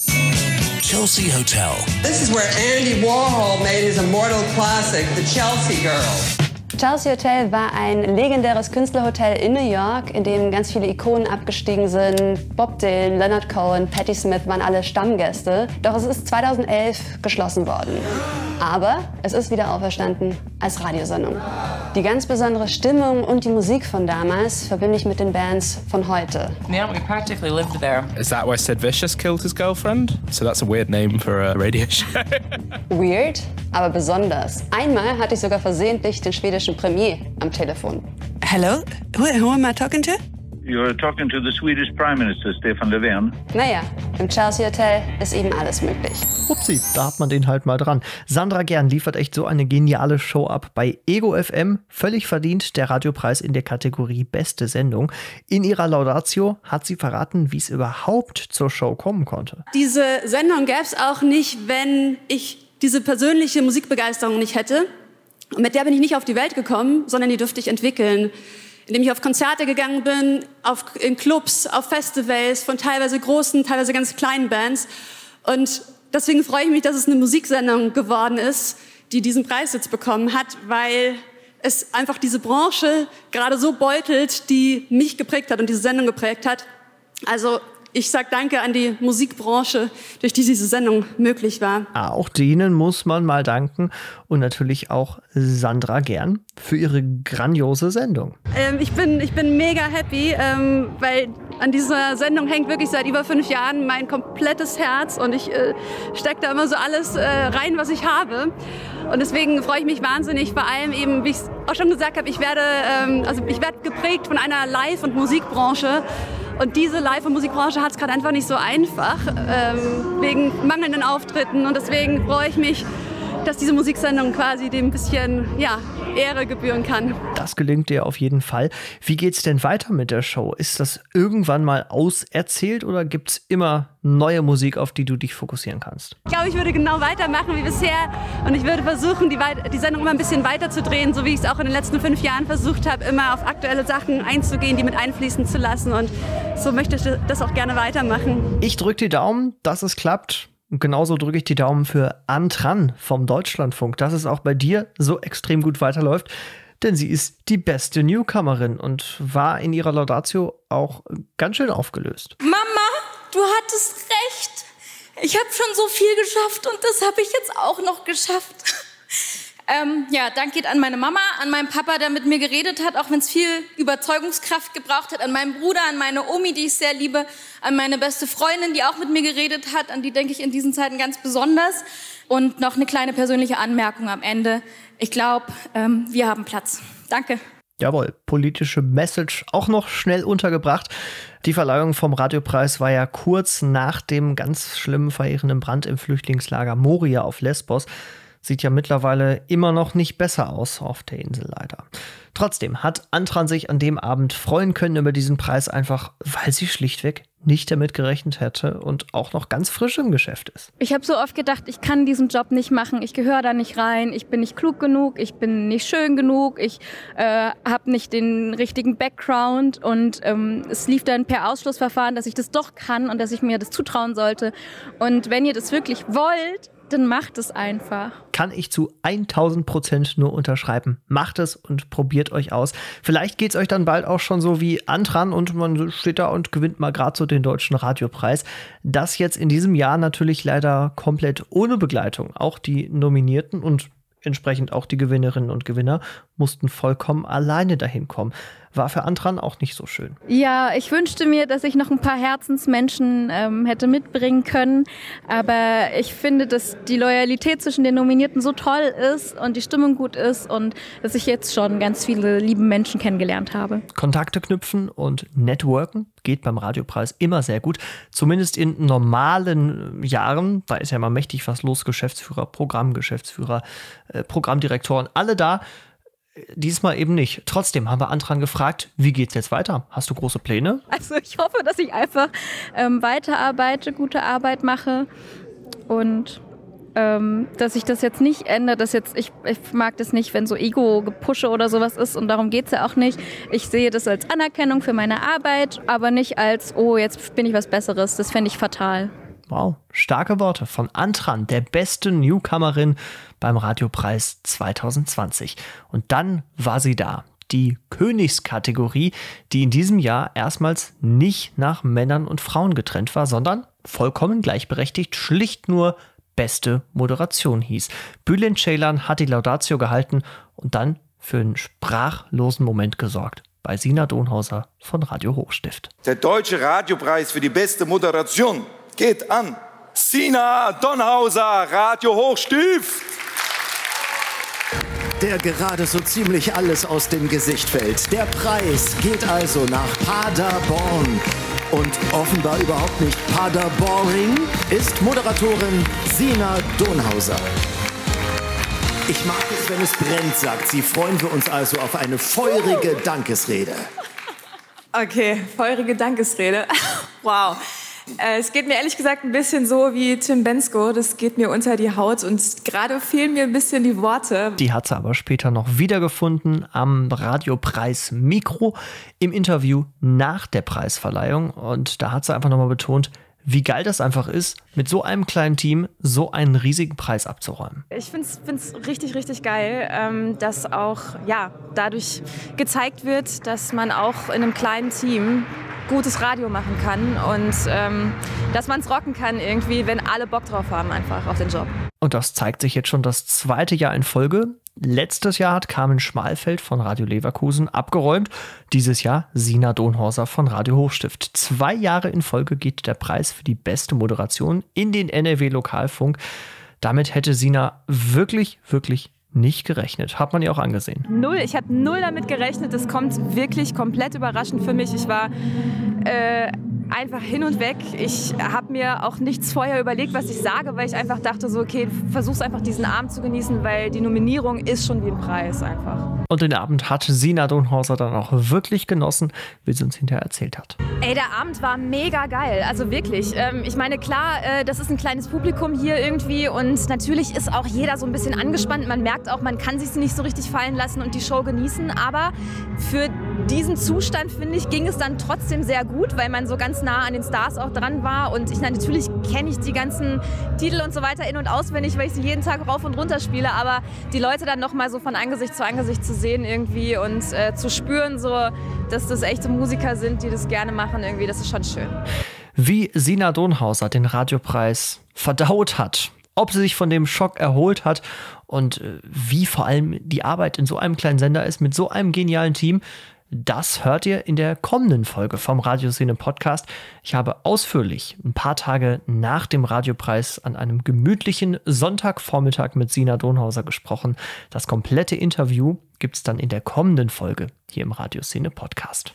Speaker 15: Chelsea Hotel.
Speaker 16: This is where Andy Warhol made his immortal classic, The Chelsea Girl.
Speaker 17: Chelsea Hotel war ein legendäres Künstlerhotel in New York, in dem ganz viele Ikonen abgestiegen sind. Bob Dylan, Leonard Cohen, Patti Smith waren alle Stammgäste. Doch es ist zweitausendelf geschlossen worden. Aber es ist wieder auferstanden als Radiosendung. Die ganz besondere Stimmung und die Musik von damals verbinde ich mit den Bands von heute.
Speaker 18: Yeah, we practically lived there.
Speaker 20: Is that where Sid Vicious killed his girlfriend? So that's a weird name for a radio show.
Speaker 17: Weird, aber besonders. Einmal hatte ich sogar versehentlich den schwedischen Premier am Telefon.
Speaker 1: Hello? Who, who am I talking to?
Speaker 19: You're talking to the Swedish Prime Minister, Stefan Löfven.
Speaker 17: Naja, im Chelsea Hotel ist eben alles möglich.
Speaker 6: Upsi, da hat man den halt mal dran. Sandra Gern liefert echt so eine geniale Show ab bei Ego F M. Völlig verdient der Radiopreis in der Kategorie Beste Sendung. In ihrer Laudatio hat sie verraten, wie es überhaupt zur Show kommen konnte.
Speaker 21: Diese Sendung gäbe es auch nicht, wenn ich diese persönliche Musikbegeisterung nicht hätte. Und mit der bin ich nicht auf die Welt gekommen, sondern die durfte ich entwickeln. Indem ich auf Konzerte gegangen bin, auf, in Clubs, auf Festivals von teilweise großen, teilweise ganz kleinen Bands. Und deswegen freue ich mich, dass es eine Musiksendung geworden ist, die diesen Preis jetzt bekommen hat, weil es einfach diese Branche gerade so beutelt, die mich geprägt hat und diese Sendung geprägt hat. Also ich sage danke an die Musikbranche, durch die diese Sendung möglich war.
Speaker 6: Auch denen muss man mal danken und natürlich auch Sandra Gern für ihre grandiose Sendung.
Speaker 21: Ähm, ich bin, ich bin mega happy, ähm, weil an dieser Sendung hängt wirklich seit über fünf Jahren mein komplettes Herz und ich äh, stecke da immer so alles äh, rein, was ich habe. Und deswegen freue ich mich wahnsinnig, vor allem eben, wie ich es auch schon gesagt habe, ich werde, ähm, also ich werde geprägt von einer Live- und Musikbranche. Und diese Live- und Musikbranche hat es gerade einfach nicht so einfach, ähm, wegen mangelnden Auftritten. Und deswegen freue ich mich, dass diese Musiksendung quasi dem ein bisschen ja, Ehre gebühren kann.
Speaker 6: Das gelingt dir auf jeden Fall. Wie geht's denn weiter mit der Show? Ist das irgendwann mal auserzählt oder gibt's immer neue Musik, auf die du dich fokussieren kannst?
Speaker 21: Ich glaube, ich würde genau weitermachen wie bisher und ich würde versuchen, die, die Sendung immer ein bisschen weiter zu drehen, so wie ich es auch in den letzten fünf Jahren versucht habe, immer auf aktuelle Sachen einzugehen, die mit einfließen zu lassen, und so möchte ich das auch gerne weitermachen.
Speaker 6: Ich drücke die Daumen, dass es klappt. Und genauso drücke ich die Daumen für Antran vom Deutschlandfunk, dass es auch bei dir so extrem gut weiterläuft, denn sie ist die beste Newcomerin und war in ihrer Laudatio auch ganz schön aufgelöst.
Speaker 11: Mama, du hattest recht. Ich habe schon so viel geschafft und das habe ich jetzt auch noch geschafft. Ähm, ja, Dank geht an meine Mama, an meinen Papa, der mit mir geredet hat, auch wenn es viel Überzeugungskraft gebraucht hat, an meinen Bruder, an meine Omi, die ich sehr liebe, an meine beste Freundin, die auch mit mir geredet hat, an die denke ich in diesen Zeiten ganz besonders. Und noch eine kleine persönliche Anmerkung am Ende. Ich glaube, ähm, wir haben Platz. Danke.
Speaker 6: Jawohl, politische Message auch noch schnell untergebracht. Die Verleihung vom Radiopreis war ja kurz nach dem ganz schlimmen verheerenden Brand im Flüchtlingslager Moria auf Lesbos. Sieht ja mittlerweile immer noch nicht besser aus auf der Insel leider. Trotzdem hat Antran sich an dem Abend freuen können über diesen Preis, einfach weil sie schlichtweg nicht damit gerechnet hätte und auch noch ganz frisch im Geschäft ist.
Speaker 11: Ich habe so oft gedacht, ich kann diesen Job nicht machen, ich gehöre da nicht rein, ich bin nicht klug genug, ich bin nicht schön genug, ich äh, habe nicht den richtigen Background, und ähm, es lief dann per Ausschlussverfahren, dass ich das doch kann und dass ich mir das zutrauen sollte. Und wenn ihr das wirklich wollt, dann macht es einfach.
Speaker 6: Kann ich zu tausend Prozent nur unterschreiben. Macht es und probiert euch aus. Vielleicht geht es euch dann bald auch schon so wie Antran und man steht da und gewinnt mal gerade so den Deutschen Radiopreis. Das jetzt in diesem Jahr natürlich leider komplett ohne Begleitung. Auch die Nominierten und entsprechend auch die Gewinnerinnen und Gewinner mussten vollkommen alleine dahin kommen. War für Antran auch nicht so schön.
Speaker 11: Ja, ich wünschte mir, dass ich noch ein paar Herzensmenschen ähm, hätte mitbringen können. Aber ich finde, dass die Loyalität zwischen den Nominierten so toll ist und die Stimmung gut ist und dass ich jetzt schon ganz viele liebe Menschen kennengelernt habe.
Speaker 6: Kontakte knüpfen und networken geht beim Radiopreis immer sehr gut. Zumindest in normalen Jahren. Da ist ja immer mächtig was los. Geschäftsführer, Programmgeschäftsführer, äh, Programmdirektoren, alle da. Diesmal eben nicht. Trotzdem haben wir Antran gefragt, wie geht's jetzt weiter? Hast du große Pläne?
Speaker 11: Also ich hoffe, dass ich einfach ähm, weiterarbeite, gute Arbeit mache und ähm, dass sich das jetzt nicht ändert. Dass jetzt, ich, ich mag das nicht, wenn so Ego-Gepusche oder sowas ist, und darum geht's ja auch nicht. Ich sehe das als Anerkennung für meine Arbeit, aber nicht als, oh, jetzt bin ich was Besseres. Das fände ich fatal.
Speaker 6: Wow, starke Worte von Antran, der besten Newcomerin beim Radiopreis zwanzig zwanzig. Und dann war sie da, die Königskategorie, die in diesem Jahr erstmals nicht nach Männern und Frauen getrennt war, sondern vollkommen gleichberechtigt, schlicht nur beste Moderation hieß. Bülent Ceylan hat die Laudatio gehalten und dann für einen sprachlosen Moment gesorgt. Bei Sina Donhauser von Radio Hochstift.
Speaker 22: Der Deutsche Radiopreis für die beste Moderation geht an Sina Donhauser, Radio Hochstift.
Speaker 2: der gerade so ziemlich alles aus dem Gesicht fällt. Der Preis geht also nach Paderborn. Und offenbar überhaupt nicht Paderboring ist Moderatorin Sina Donhauser. Ich mag es, wenn es brennt, sagt sie. Freuen wir uns also auf eine feurige Dankesrede.
Speaker 4: Okay, feurige Dankesrede. Wow. Äh, es geht mir ehrlich gesagt ein bisschen so wie Tim Bensko. Das geht mir unter die Haut und gerade fehlen mir ein bisschen die Worte.
Speaker 6: Die hat sie aber später noch wiedergefunden am Radiopreis Mikro im Interview nach der Preisverleihung. Und da hat sie einfach nochmal betont, wie geil das einfach ist, mit so einem kleinen Team so einen riesigen Preis abzuräumen.
Speaker 4: Ich finde es richtig, richtig geil, ähm, dass auch ja, dadurch gezeigt wird, dass man auch in einem kleinen Team gutes Radio machen kann und ähm, dass man es rocken kann irgendwie, wenn alle Bock drauf haben einfach auf den Job.
Speaker 6: Und das zeigt sich jetzt schon das zweite Jahr in Folge. Letztes Jahr hat Carmen Schmalfeld von Radio Leverkusen abgeräumt. Dieses Jahr Sina Donhauser von Radio Hochstift. Zwei Jahre in Folge geht der Preis für die beste Moderation in den N R W-Lokalfunk. Damit hätte Sina wirklich, wirklich nicht gerechnet. Hat man ihr auch angesehen.
Speaker 4: Null. Ich habe null damit gerechnet. Das kommt wirklich komplett überraschend für mich. Ich war äh, einfach hin und weg. Ich habe mir auch nichts vorher überlegt, was ich sage, weil ich einfach dachte so, okay, versuch's einfach diesen Abend zu genießen, weil die Nominierung ist schon wie ein Preis einfach.
Speaker 6: Und den Abend hat Sina Donhauser dann auch wirklich genossen, wie sie uns hinterher erzählt hat.
Speaker 4: Ey, der Abend war mega geil, also wirklich. Ähm, ich meine, klar, äh, das ist ein kleines Publikum hier irgendwie und natürlich ist auch jeder so ein bisschen angespannt. Man merkt auch, man kann sich nicht so richtig fallen lassen und die Show genießen, aber für diesen Zustand, finde ich, ging es dann trotzdem sehr gut, weil man so ganz nah an den Stars auch dran war und ich natürlich kenne ich die ganzen Titel und so weiter in- und auswendig, weil ich sie jeden Tag rauf und runter spiele, aber die Leute dann nochmal so von Angesicht zu Angesicht zu sehen irgendwie und äh, zu spüren, so, dass das echte Musiker sind, die das gerne machen, irgendwie, das ist schon schön.
Speaker 6: Wie Sina Donhauser den Radiopreis verdaut hat, ob sie sich von dem Schock erholt hat und äh, wie vor allem die Arbeit in so einem kleinen Sender ist mit so einem genialen Team, das hört ihr in der kommenden Folge vom Radioszene Podcast. Ich habe ausführlich ein paar Tage nach dem Radiopreis an einem gemütlichen Sonntagvormittag mit Sina Donhauser gesprochen. Das komplette Interview gibt es dann in der kommenden Folge hier im Radioszene Podcast.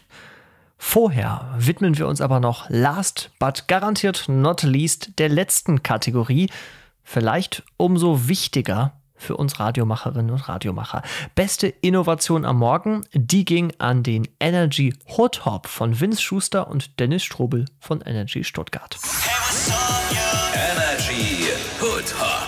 Speaker 6: Vorher widmen wir uns aber noch last but garantiert not least der letzten Kategorie. Vielleicht umso wichtiger für uns Radiomacherinnen und Radiomacher. Beste Innovation am Morgen, die ging an den Energy Hood Hop von Vince Schuster und Dennis Strobel von Energy Stuttgart.
Speaker 15: Energy Hood Hop.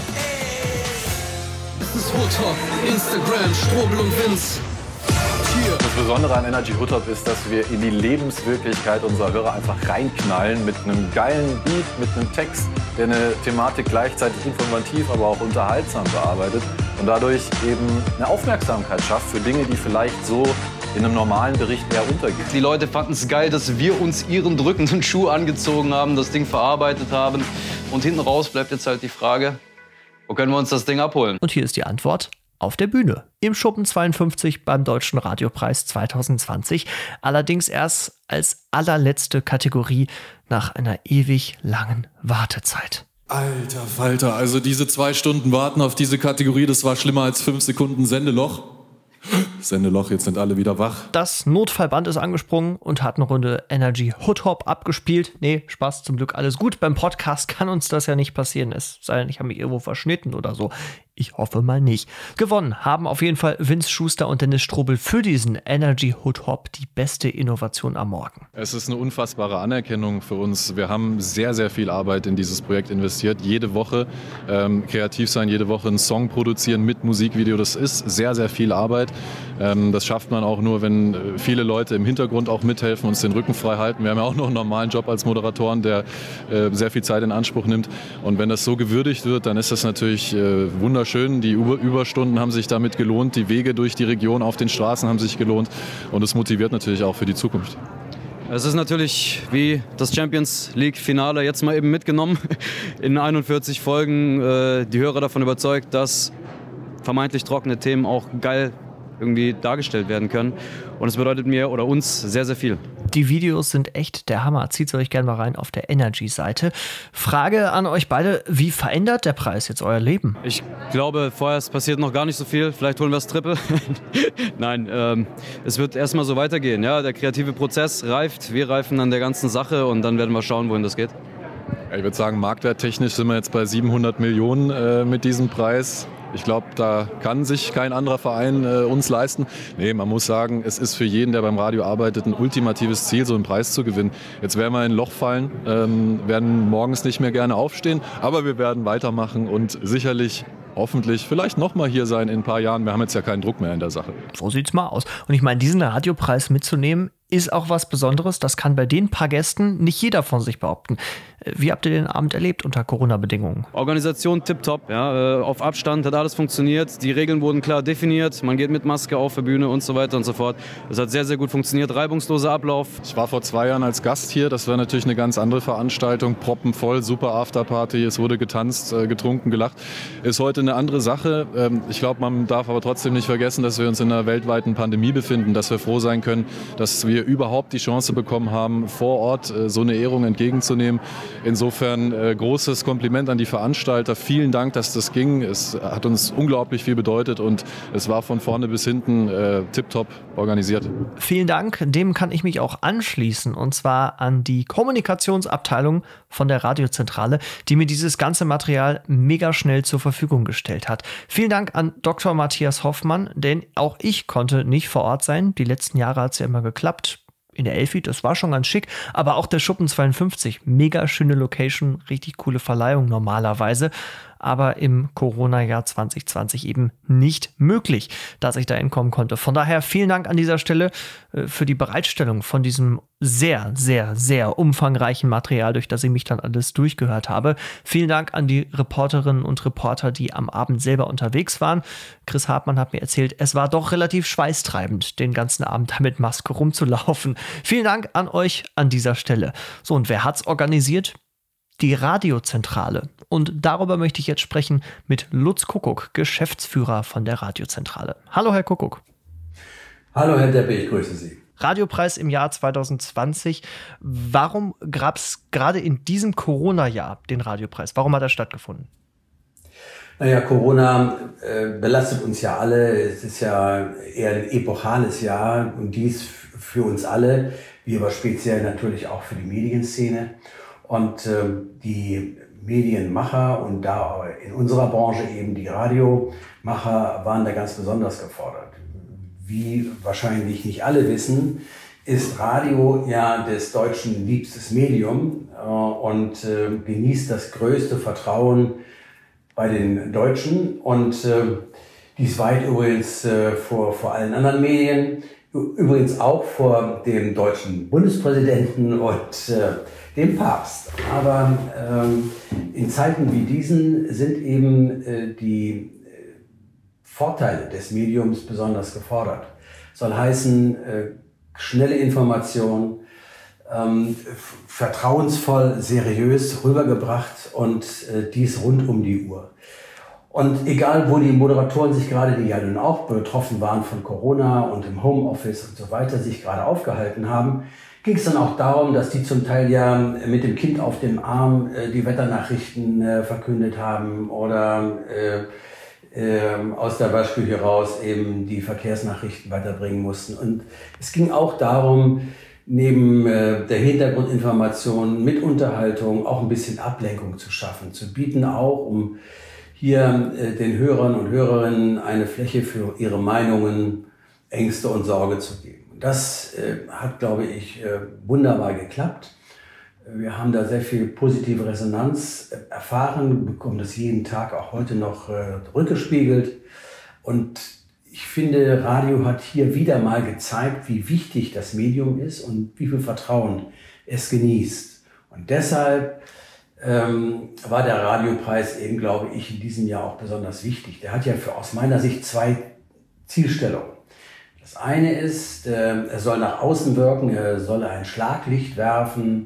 Speaker 5: Das ist Hood Hop, Instagram, Strobel und Vince.
Speaker 23: Das Besondere an Energy Hood Hop ist, dass wir in die Lebenswirklichkeit unserer Hörer einfach reinknallen mit einem geilen Beat, mit einem Text, der eine Thematik gleichzeitig informativ, aber auch unterhaltsam bearbeitet und dadurch eben eine Aufmerksamkeit schafft für Dinge, die vielleicht so in einem normalen Bericht eher untergehen.
Speaker 24: Die Leute fanden es geil, dass wir uns ihren drückenden Schuh angezogen haben, das Ding verarbeitet haben und hinten raus bleibt jetzt halt die Frage, wo können wir uns das Ding abholen?
Speaker 6: Und hier ist die Antwort. Auf der Bühne, im Schuppen zweiundfünfzig beim Deutschen Radiopreis zwanzig zwanzig, allerdings erst als allerletzte Kategorie nach einer ewig langen Wartezeit.
Speaker 5: Alter Falter, also diese zwei Stunden Warten auf diese Kategorie, das war schlimmer als fünf Sekunden Sendeloch. Sendeloch, jetzt sind alle wieder wach.
Speaker 6: Das Notfallband ist angesprungen und hat eine Runde Energy Hood Hop abgespielt. Nee, Spaß, zum Glück alles gut. Beim Podcast kann uns das ja nicht passieren. Es sei denn, ich habe mich irgendwo verschnitten oder so. Ich hoffe mal nicht. Gewonnen haben auf jeden Fall Vince Schuster und Dennis Strobel für diesen Energy Hood Hop, die beste Innovation am Morgen.
Speaker 23: Es ist eine unfassbare Anerkennung für uns. Wir haben sehr, sehr viel Arbeit in dieses Projekt investiert. Jede Woche ähm, kreativ sein, jede Woche einen Song produzieren mit Musikvideo. Das ist sehr, sehr viel Arbeit. Ähm, das schafft man auch nur, wenn viele Leute im Hintergrund auch mithelfen, uns den Rücken frei halten. Wir haben ja auch noch einen normalen Job als Moderatoren, der äh, sehr viel Zeit in Anspruch nimmt. Und wenn das so gewürdigt wird, dann ist das natürlich äh, wunderschön. Die Überstunden haben sich damit gelohnt, die Wege durch die Region auf den Straßen haben sich gelohnt und es motiviert natürlich auch für die Zukunft.
Speaker 24: Es ist natürlich wie das Champions League Finale jetzt mal eben mitgenommen. In einundvierzig Folgen äh, die Hörer davon überzeugt, dass vermeintlich trockene Themen auch geil irgendwie dargestellt werden können. Und es bedeutet mir oder uns sehr, sehr viel.
Speaker 6: Die Videos sind echt der Hammer. Zieht euch gerne mal rein auf der Energy-Seite. Frage an euch beide, wie verändert der Preis jetzt euer Leben?
Speaker 24: Ich glaube, vorher passiert noch gar nicht so viel. Vielleicht holen wir das Triple. Nein, ähm, es wird erstmal so weitergehen. Ja? Der kreative Prozess reift, wir reifen an der ganzen Sache und dann werden wir schauen, wohin das geht.
Speaker 23: Ich würde sagen, marktwerttechnisch sind wir jetzt bei siebenhundert Millionen äh, mit diesem Preis. Ich glaube, da kann sich kein anderer Verein äh, uns leisten. Nee, man muss sagen, es ist für jeden, der beim Radio arbeitet, ein ultimatives Ziel, so einen Preis zu gewinnen. Jetzt werden wir in ein Loch fallen, ähm, werden morgens nicht mehr gerne aufstehen, aber wir werden weitermachen und sicherlich, hoffentlich, vielleicht nochmal hier sein in ein paar Jahren. Wir haben jetzt ja keinen Druck mehr in der Sache.
Speaker 6: So sieht's mal aus. Und ich meine, diesen Radiopreis mitzunehmen, ist auch was Besonderes. Das kann bei den paar Gästen nicht jeder von sich behaupten. Wie habt ihr den Abend erlebt unter Corona-Bedingungen?
Speaker 24: Organisation tipptopp, ja, auf Abstand hat alles funktioniert. Die Regeln wurden klar definiert. Man geht mit Maske auf der Bühne und so weiter und so fort. Es hat sehr, sehr gut funktioniert. Reibungsloser Ablauf.
Speaker 23: Ich war vor zwei Jahren als Gast hier. Das war natürlich eine ganz andere Veranstaltung. Proppenvoll, super Afterparty. Es wurde getanzt, getrunken, gelacht. Ist heute eine andere Sache. Ich glaube, man darf aber trotzdem nicht vergessen, dass wir uns in einer weltweiten Pandemie befinden. Dass wir froh sein können, dass wir überhaupt die Chance bekommen haben, vor Ort so eine Ehrung entgegenzunehmen. Insofern äh, großes Kompliment an die Veranstalter. Vielen Dank, dass das ging. Es hat uns unglaublich viel bedeutet und es war von vorne bis hinten äh, tipptopp organisiert.
Speaker 6: Vielen Dank. Dem kann ich mich auch anschließen und zwar an die Kommunikationsabteilung von der Radiozentrale, die mir dieses ganze Material mega schnell zur Verfügung gestellt hat. Vielen Dank an Doktor Matthias Hoffmann, denn auch ich konnte nicht vor Ort sein. Die letzten Jahre hat es ja immer geklappt. In der Elfi, das war schon ganz schick, aber auch der Schuppen zweiundfünfzig, mega schöne Location, richtig coole Verleihung normalerweise, aber im Corona-Jahr zwanzig zwanzig eben nicht möglich, dass ich da entkommen konnte. Von daher vielen Dank an dieser Stelle äh, für die Bereitstellung von diesem sehr, sehr, sehr umfangreichen Material, durch das ich mich dann alles durchgehört habe. Vielen Dank an die Reporterinnen und Reporter, die am Abend selber unterwegs waren. Chris Hartmann hat mir erzählt, es war doch relativ schweißtreibend, den ganzen Abend da mit Maske rumzulaufen. Vielen Dank an euch an dieser Stelle. So, und wer hat's organisiert? Die Radiozentrale. Und darüber möchte ich jetzt sprechen mit Lutz Kuckuck, Geschäftsführer von der Radiozentrale. Hallo, Herr Kuckuck.
Speaker 7: Hallo, Herr Deppe, ich grüße Sie.
Speaker 6: Radiopreis im Jahr zwanzig zwanzig. Warum gab es gerade in diesem Corona-Jahr den Radiopreis? Warum hat er stattgefunden?
Speaker 7: Naja, Corona äh, belastet uns ja alle. Es ist ja eher ein epochales Jahr und dies für uns alle, wie aber speziell natürlich auch für die Medienszene. Und äh, die Medienmacher und da in unserer Branche eben die Radiomacher waren da ganz besonders gefordert. Wie wahrscheinlich nicht alle wissen, ist Radio ja des Deutschen liebstes Medium äh, und äh, genießt das größte Vertrauen bei den Deutschen und äh, dies weit übrigens äh, vor, vor allen anderen Medien, übrigens auch vor dem deutschen Bundespräsidenten und äh, dem Papst. Aber ähm, in Zeiten wie diesen sind eben äh, die äh, Vorteile des Mediums besonders gefordert. Soll heißen, äh, schnelle Information, ähm, vertrauensvoll, seriös rübergebracht und äh, dies rund um die Uhr. Und egal, wo die Moderatoren sich gerade, die ja nun auch betroffen waren von Corona und im Homeoffice und so weiter, sich gerade aufgehalten haben, ging es dann auch darum, dass die zum Teil ja mit dem Kind auf dem Arm äh, die Wetternachrichten äh, verkündet haben oder äh, äh, aus der Waschküche raus eben die Verkehrsnachrichten weiterbringen mussten. Und es ging auch darum, neben äh, der Hintergrundinformation mit Unterhaltung auch ein bisschen Ablenkung zu schaffen, zu bieten, auch um hier äh, den Hörern und Hörerinnen eine Fläche für ihre Meinungen, Ängste und Sorge zu geben. Das äh, hat, glaube ich, äh, wunderbar geklappt. Wir haben da sehr viel positive Resonanz äh, erfahren, bekommen das jeden Tag auch heute noch äh, rückgespiegelt. Und ich finde, Radio hat hier wieder mal gezeigt, wie wichtig das Medium ist und wie viel Vertrauen es genießt. Und deshalb ähm, war der Radiopreis eben, glaube ich, in diesem Jahr auch besonders wichtig. Der hat ja für, aus meiner Sicht zwei Zielstellungen. Das eine ist, äh, er soll nach außen wirken, er soll ein Schlaglicht werfen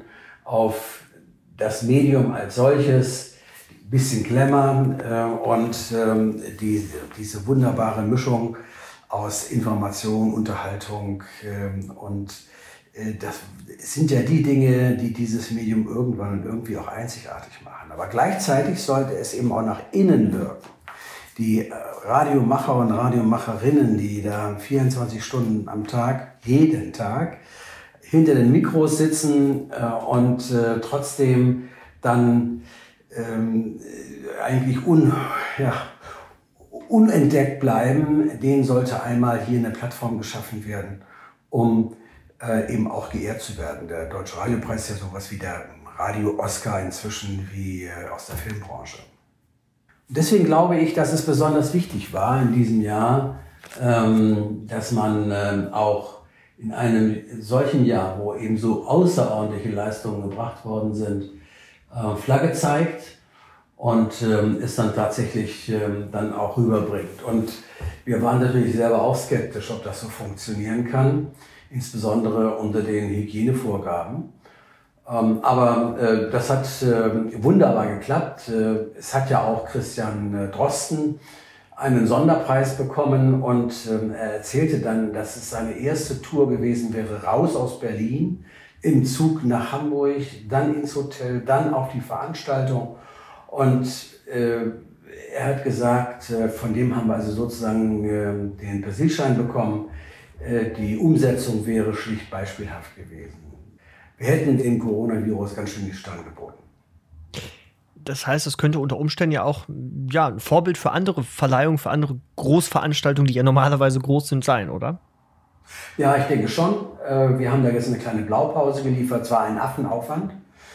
Speaker 7: auf das Medium als solches, ein bisschen Glamour äh, und ähm, die, diese wunderbare Mischung aus Information, Unterhaltung ähm, und äh, das sind ja die Dinge, die dieses Medium irgendwann und irgendwie auch einzigartig machen. Aber gleichzeitig sollte es eben auch nach innen wirken. Die Radiomacher und Radiomacherinnen, die da vierundzwanzig Stunden am Tag, jeden Tag, hinter den Mikros sitzen äh, und äh, trotzdem dann ähm, eigentlich un, ja, unentdeckt bleiben, denen sollte einmal hier eine Plattform geschaffen werden, um äh, eben auch geehrt zu werden. Der Deutsche Radiopreis ist ja sowas wie der Radio-Oscar inzwischen wie äh, aus der Filmbranche. Deswegen glaube ich, dass es besonders wichtig war in diesem Jahr, ähm, dass man ähm, auch in einem solchen Jahr, wo eben so außerordentliche Leistungen gebracht worden sind, äh, Flagge zeigt und ähm, es dann tatsächlich ähm, dann auch rüberbringt. Und wir waren natürlich selber auch skeptisch, ob das so funktionieren kann, insbesondere unter den Hygienevorgaben. Ähm, aber äh, das hat äh, wunderbar geklappt. Äh, es hat ja auch Christian äh, Drosten einen Sonderpreis bekommen und äh, er erzählte dann, dass es seine erste Tour gewesen wäre, raus aus Berlin, im Zug nach Hamburg, dann ins Hotel, dann auf die Veranstaltung. Und äh, er hat gesagt, äh, von dem haben wir also sozusagen äh, den Persilschein bekommen, äh, die Umsetzung wäre schlicht beispielhaft gewesen. Wir hätten dem Coronavirus ganz schön die Stirn geboten.
Speaker 6: Das heißt, es könnte unter Umständen ja auch ja, ein Vorbild für andere Verleihungen, für andere Großveranstaltungen, die ja normalerweise groß sind, sein, oder?
Speaker 7: Ja, ich denke schon. Wir haben da jetzt eine kleine Blaupause geliefert, zwar ein Affenaufwand.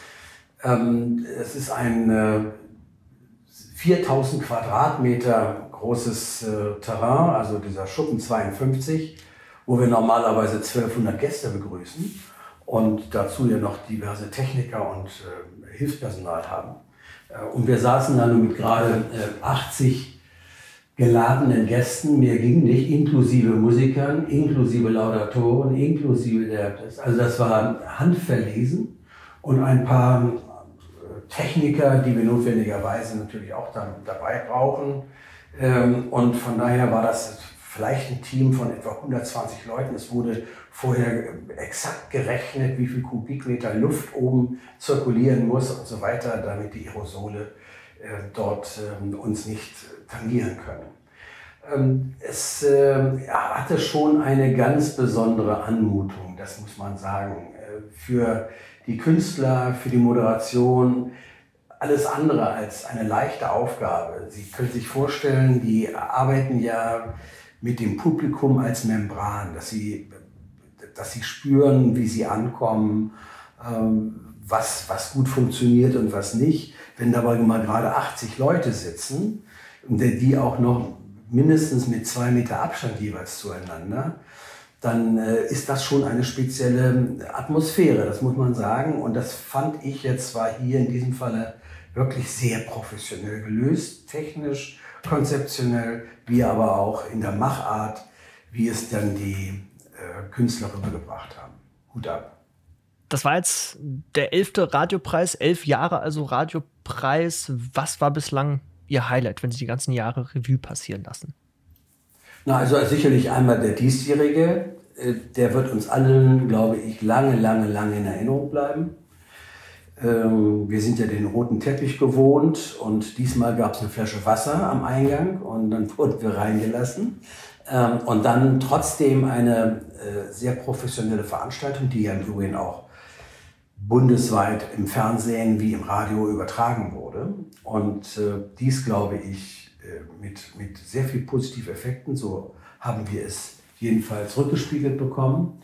Speaker 7: Es ist ein viertausend Quadratmeter großes Terrain, also dieser Schuppen zweiundfünfzig, wo wir normalerweise zwölfhundert Gäste begrüßen. Und dazu ja noch diverse Techniker und äh, Hilfspersonal haben. Äh, und wir saßen dann mit gerade äh, achtzig geladenen Gästen, mehr ging nicht, inklusive Musikern, inklusive Laudatoren, inklusive der, also das war handverlesen und ein paar äh, Techniker, die wir notwendigerweise natürlich auch dann dabei brauchen. Ähm, und von daher war das vielleicht ein Team von etwa hundertzwanzig Leuten. Es wurde vorher exakt gerechnet, wie viel Kubikmeter Luft oben zirkulieren muss und so weiter, damit die Aerosole äh, dort äh, uns nicht tangieren können. Ähm, es äh, ja, hatte schon eine ganz besondere Anmutung, das muss man sagen, äh, für die Künstler, für die Moderation. Alles andere als eine leichte Aufgabe. Sie können sich vorstellen, die arbeiten ja mit dem Publikum als Membran, dass sie, dass sie spüren, wie sie ankommen, ähm, was, was gut funktioniert und was nicht. Wenn dabei mal gerade achtzig Leute sitzen, die auch noch mindestens mit zwei Meter Abstand jeweils zueinander, dann äh, ist das schon eine spezielle Atmosphäre, das muss man sagen. Und das fand ich jetzt zwar hier in diesem Falle wirklich sehr professionell gelöst, technisch, konzeptionell, wie aber auch in der Machart, wie es dann die äh, Künstler rübergebracht haben. Hut ab.
Speaker 6: Das war jetzt der elfte Radiopreis, elf Jahre also Radiopreis. Was war bislang Ihr Highlight, wenn Sie die ganzen Jahre Revue passieren lassen?
Speaker 7: Na, also sicherlich einmal der diesjährige. Der wird uns allen, glaube ich, lange, lange, lange in Erinnerung bleiben. Wir sind ja den roten Teppich gewohnt und diesmal gab es eine Flasche Wasser am Eingang und dann wurden wir reingelassen. Und dann trotzdem eine sehr professionelle Veranstaltung, die ja im Übrigen auch bundesweit im Fernsehen wie im Radio übertragen wurde. Und dies, glaube ich, mit, mit sehr viel positiven Effekten, so haben wir es jedenfalls rückgespiegelt bekommen.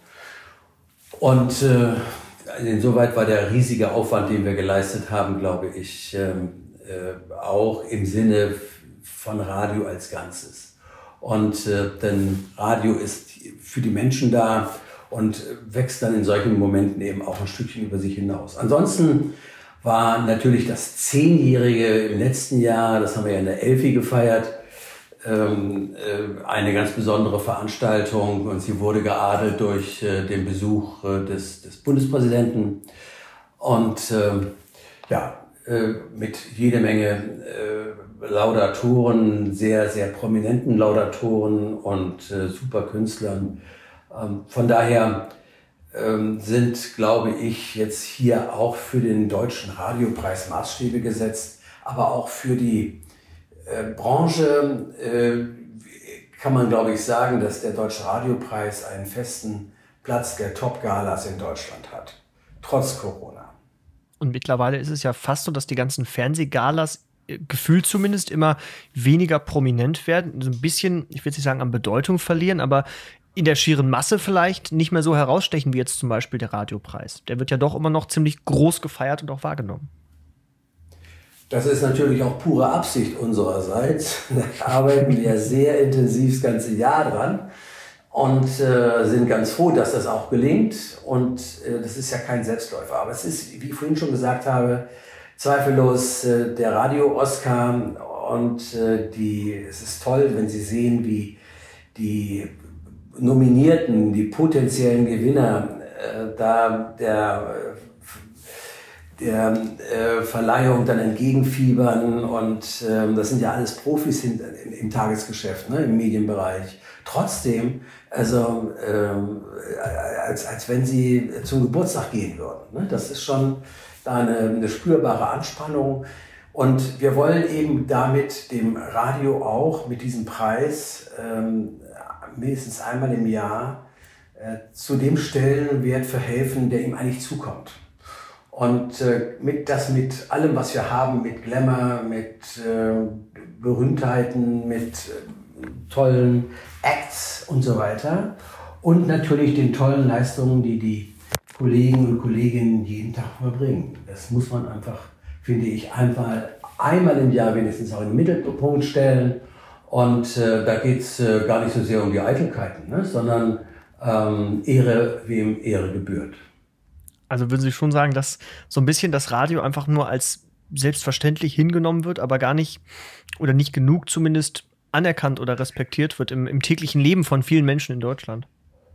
Speaker 7: Und äh, insoweit war der riesige Aufwand, den wir geleistet haben, glaube ich, ähm, äh, auch im Sinne von Radio als Ganzes. Und äh, denn Radio ist für die Menschen da und wächst dann in solchen Momenten eben auch ein Stückchen über sich hinaus. Ansonsten war natürlich das Zehnjährige im letzten Jahr, das haben wir ja in der Elfi gefeiert, ähm, äh, eine ganz besondere Veranstaltung und sie wurde geadelt durch äh, den Besuch äh, des, des Bundespräsidenten und äh, ja, äh, mit jede Menge äh, Laudatoren, sehr, sehr prominenten Laudatoren und äh, super Künstlern. Ähm, von daher ähm, sind, glaube ich, jetzt hier auch für den Deutschen Radiopreis Maßstäbe gesetzt, aber auch für die äh, Branche äh, kann man, glaube ich, sagen, dass der Deutsche Radiopreis einen festen Platz der Top-Galas in Deutschland hat, trotz Corona.
Speaker 6: Und mittlerweile ist es ja fast so, dass die ganzen Fernsehgalas äh, gefühlt zumindest immer weniger prominent werden, so ein bisschen, ich will nicht sagen an Bedeutung verlieren, aber in der schieren Masse vielleicht nicht mehr so herausstechen wie jetzt zum Beispiel der Radiopreis. Der wird ja doch immer noch ziemlich groß gefeiert und auch wahrgenommen.
Speaker 7: Das ist natürlich auch pure Absicht unsererseits. Da arbeiten wir sehr intensiv das ganze Jahr dran und äh, sind ganz froh, dass das auch gelingt. Und äh, das ist ja kein Selbstläufer. Aber es ist, wie ich vorhin schon gesagt habe, zweifellos äh, der Radio-Oscar. Und äh, die, es ist toll, wenn Sie sehen, wie die Nominierten, die potenziellen Gewinner, äh, da der, der äh, Verleihung dann entgegenfiebern. Und äh, das sind ja alles Profis in, in, im Tagesgeschäft, ne, im Medienbereich. Trotzdem, also äh, als, als wenn sie zum Geburtstag gehen würden. Ne? Das ist schon da eine, eine spürbare Anspannung. Und wir wollen eben damit dem Radio auch mit diesem Preis ähm, mindestens einmal im Jahr äh, zu dem Stellenwert verhelfen, der ihm eigentlich zukommt. Und äh, mit, das mit allem, was wir haben, mit Glamour, mit äh, Berühmtheiten, mit äh, tollen Acts und so weiter. Und natürlich den tollen Leistungen, die die Kollegen und Kolleginnen jeden Tag verbringen. Das muss man einfach, finde ich, einmal, einmal im Jahr wenigstens auch in den Mittelpunkt stellen. Und äh, da geht es äh, gar nicht so sehr um die Eitelkeiten, ne? sondern ähm, Ehre, wem Ehre gebührt.
Speaker 6: Also würden Sie schon sagen, dass so ein bisschen das Radio einfach nur als selbstverständlich hingenommen wird, aber gar nicht oder nicht genug zumindest anerkannt oder respektiert wird im, im täglichen Leben von vielen Menschen in Deutschland?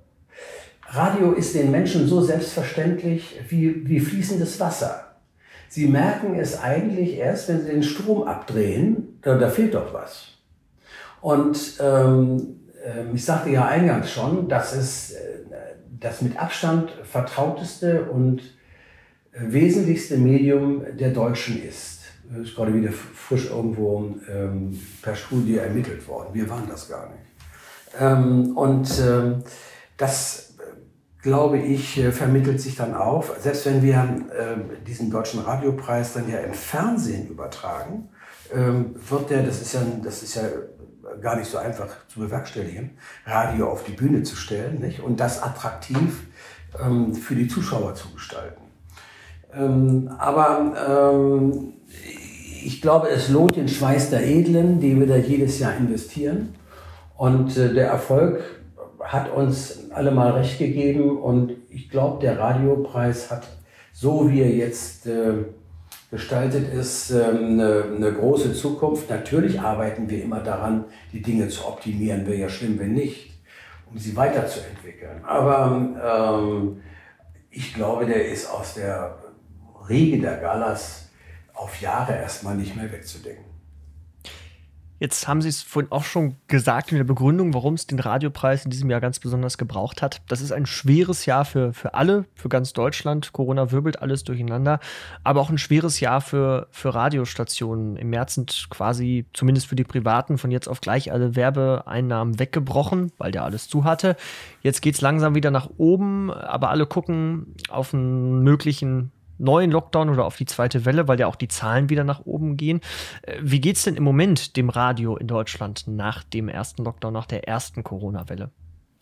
Speaker 7: Radio ist den Menschen so selbstverständlich wie, wie fließendes Wasser. Sie merken es eigentlich erst, wenn sie den Strom abdrehen, da, da fehlt doch was. Und ähm, ich sagte ja eingangs schon, dass es äh, das mit Abstand vertrauteste und wesentlichste Medium der Deutschen ist. Das ist gerade wieder frisch irgendwo ähm, per Studie ermittelt worden. Wir waren das gar nicht. Ähm, und ähm, das, glaube ich, vermittelt sich dann auf. Selbst wenn wir äh, diesen Deutschen Radiopreis dann ja im Fernsehen übertragen, ähm, wird der, das ist ja, das ist ja gar nicht so einfach zu bewerkstelligen, Radio auf die Bühne zu stellen, nicht? Und das attraktiv ähm, für die Zuschauer zu gestalten. Ähm, aber ähm, ich glaube, es lohnt den Schweiß der Edlen, den wir da jedes Jahr investieren. Und äh, der Erfolg hat uns alle mal recht gegeben. Und ich glaube, der Radiopreis hat, so wie er jetzt äh, gestaltet ist, eine, eine große Zukunft. Natürlich arbeiten wir immer daran, die Dinge zu optimieren. Wäre ja schlimm, wenn nicht, um sie weiterzuentwickeln. Aber ähm, ich glaube, der ist aus der Riege der Galas auf Jahre erstmal nicht mehr wegzudenken.
Speaker 6: Jetzt haben Sie es vorhin auch schon gesagt in der Begründung, warum es den Radiopreis in diesem Jahr ganz besonders gebraucht hat. Das ist ein schweres Jahr für, für alle, für ganz Deutschland. Corona wirbelt alles durcheinander. Aber auch ein schweres Jahr für, für Radiostationen. Im März sind quasi, zumindest für die Privaten, von jetzt auf gleich alle Werbeeinnahmen weggebrochen, weil der alles zu hatte. Jetzt geht es langsam wieder nach oben, aber alle gucken auf einen möglichen neuen Lockdown oder auf die zweite Welle, weil ja auch die Zahlen wieder nach oben gehen. Wie geht es denn im Moment dem Radio in Deutschland nach dem ersten Lockdown, nach der ersten Corona-Welle?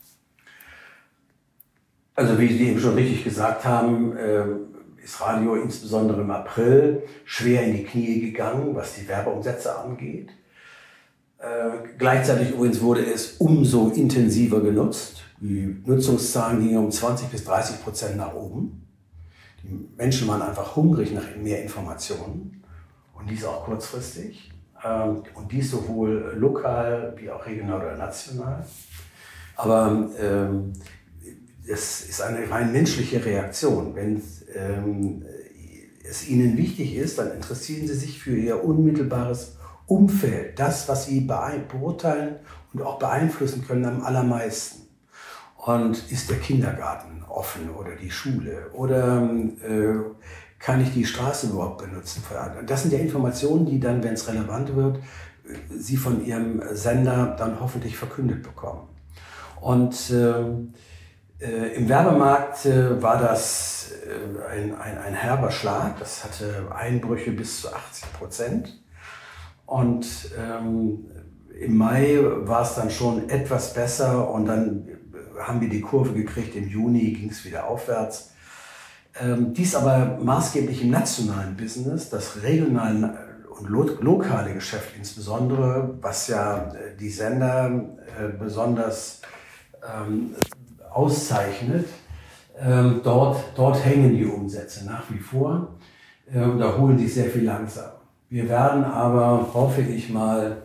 Speaker 7: Also wie Sie eben schon richtig gesagt haben, ist Radio insbesondere im April schwer in die Knie gegangen, was die Werbeumsätze angeht. Gleichzeitig übrigens wurde es umso intensiver genutzt. Die Nutzungszahlen gingen um zwanzig bis dreißig Prozent nach oben. Die Menschen waren einfach hungrig nach mehr Informationen und dies auch kurzfristig und dies sowohl lokal wie auch regional oder national. Aber ähm, es ist eine rein menschliche Reaktion. Wenn ähm, es ihnen wichtig ist, dann interessieren sie sich für ihr unmittelbares Umfeld, das, was sie beurteilen und auch beeinflussen können am allermeisten. Und ist der Kindergarten offen oder die Schule oder äh, kann ich die Straße überhaupt benutzen? Das sind ja Informationen, die dann, wenn es relevant wird, sie von ihrem Sender dann hoffentlich verkündet bekommen. Und äh, äh, im Werbemarkt äh, war das äh, ein, ein, ein herber Schlag. Das hatte Einbrüche bis zu achtzig Prozent. Und ähm, im Mai war es dann schon etwas besser und dann haben wir die Kurve gekriegt. Im Juni ging es wieder aufwärts. Ähm, dies aber maßgeblich im nationalen Business, das regionale und lo lokale Geschäft insbesondere, was ja äh, die Sender äh, besonders ähm, auszeichnet. Ähm, dort, dort hängen die Umsätze nach wie vor äh, und erholen sich sehr viel langsamer. Wir werden aber, hoffe ich mal,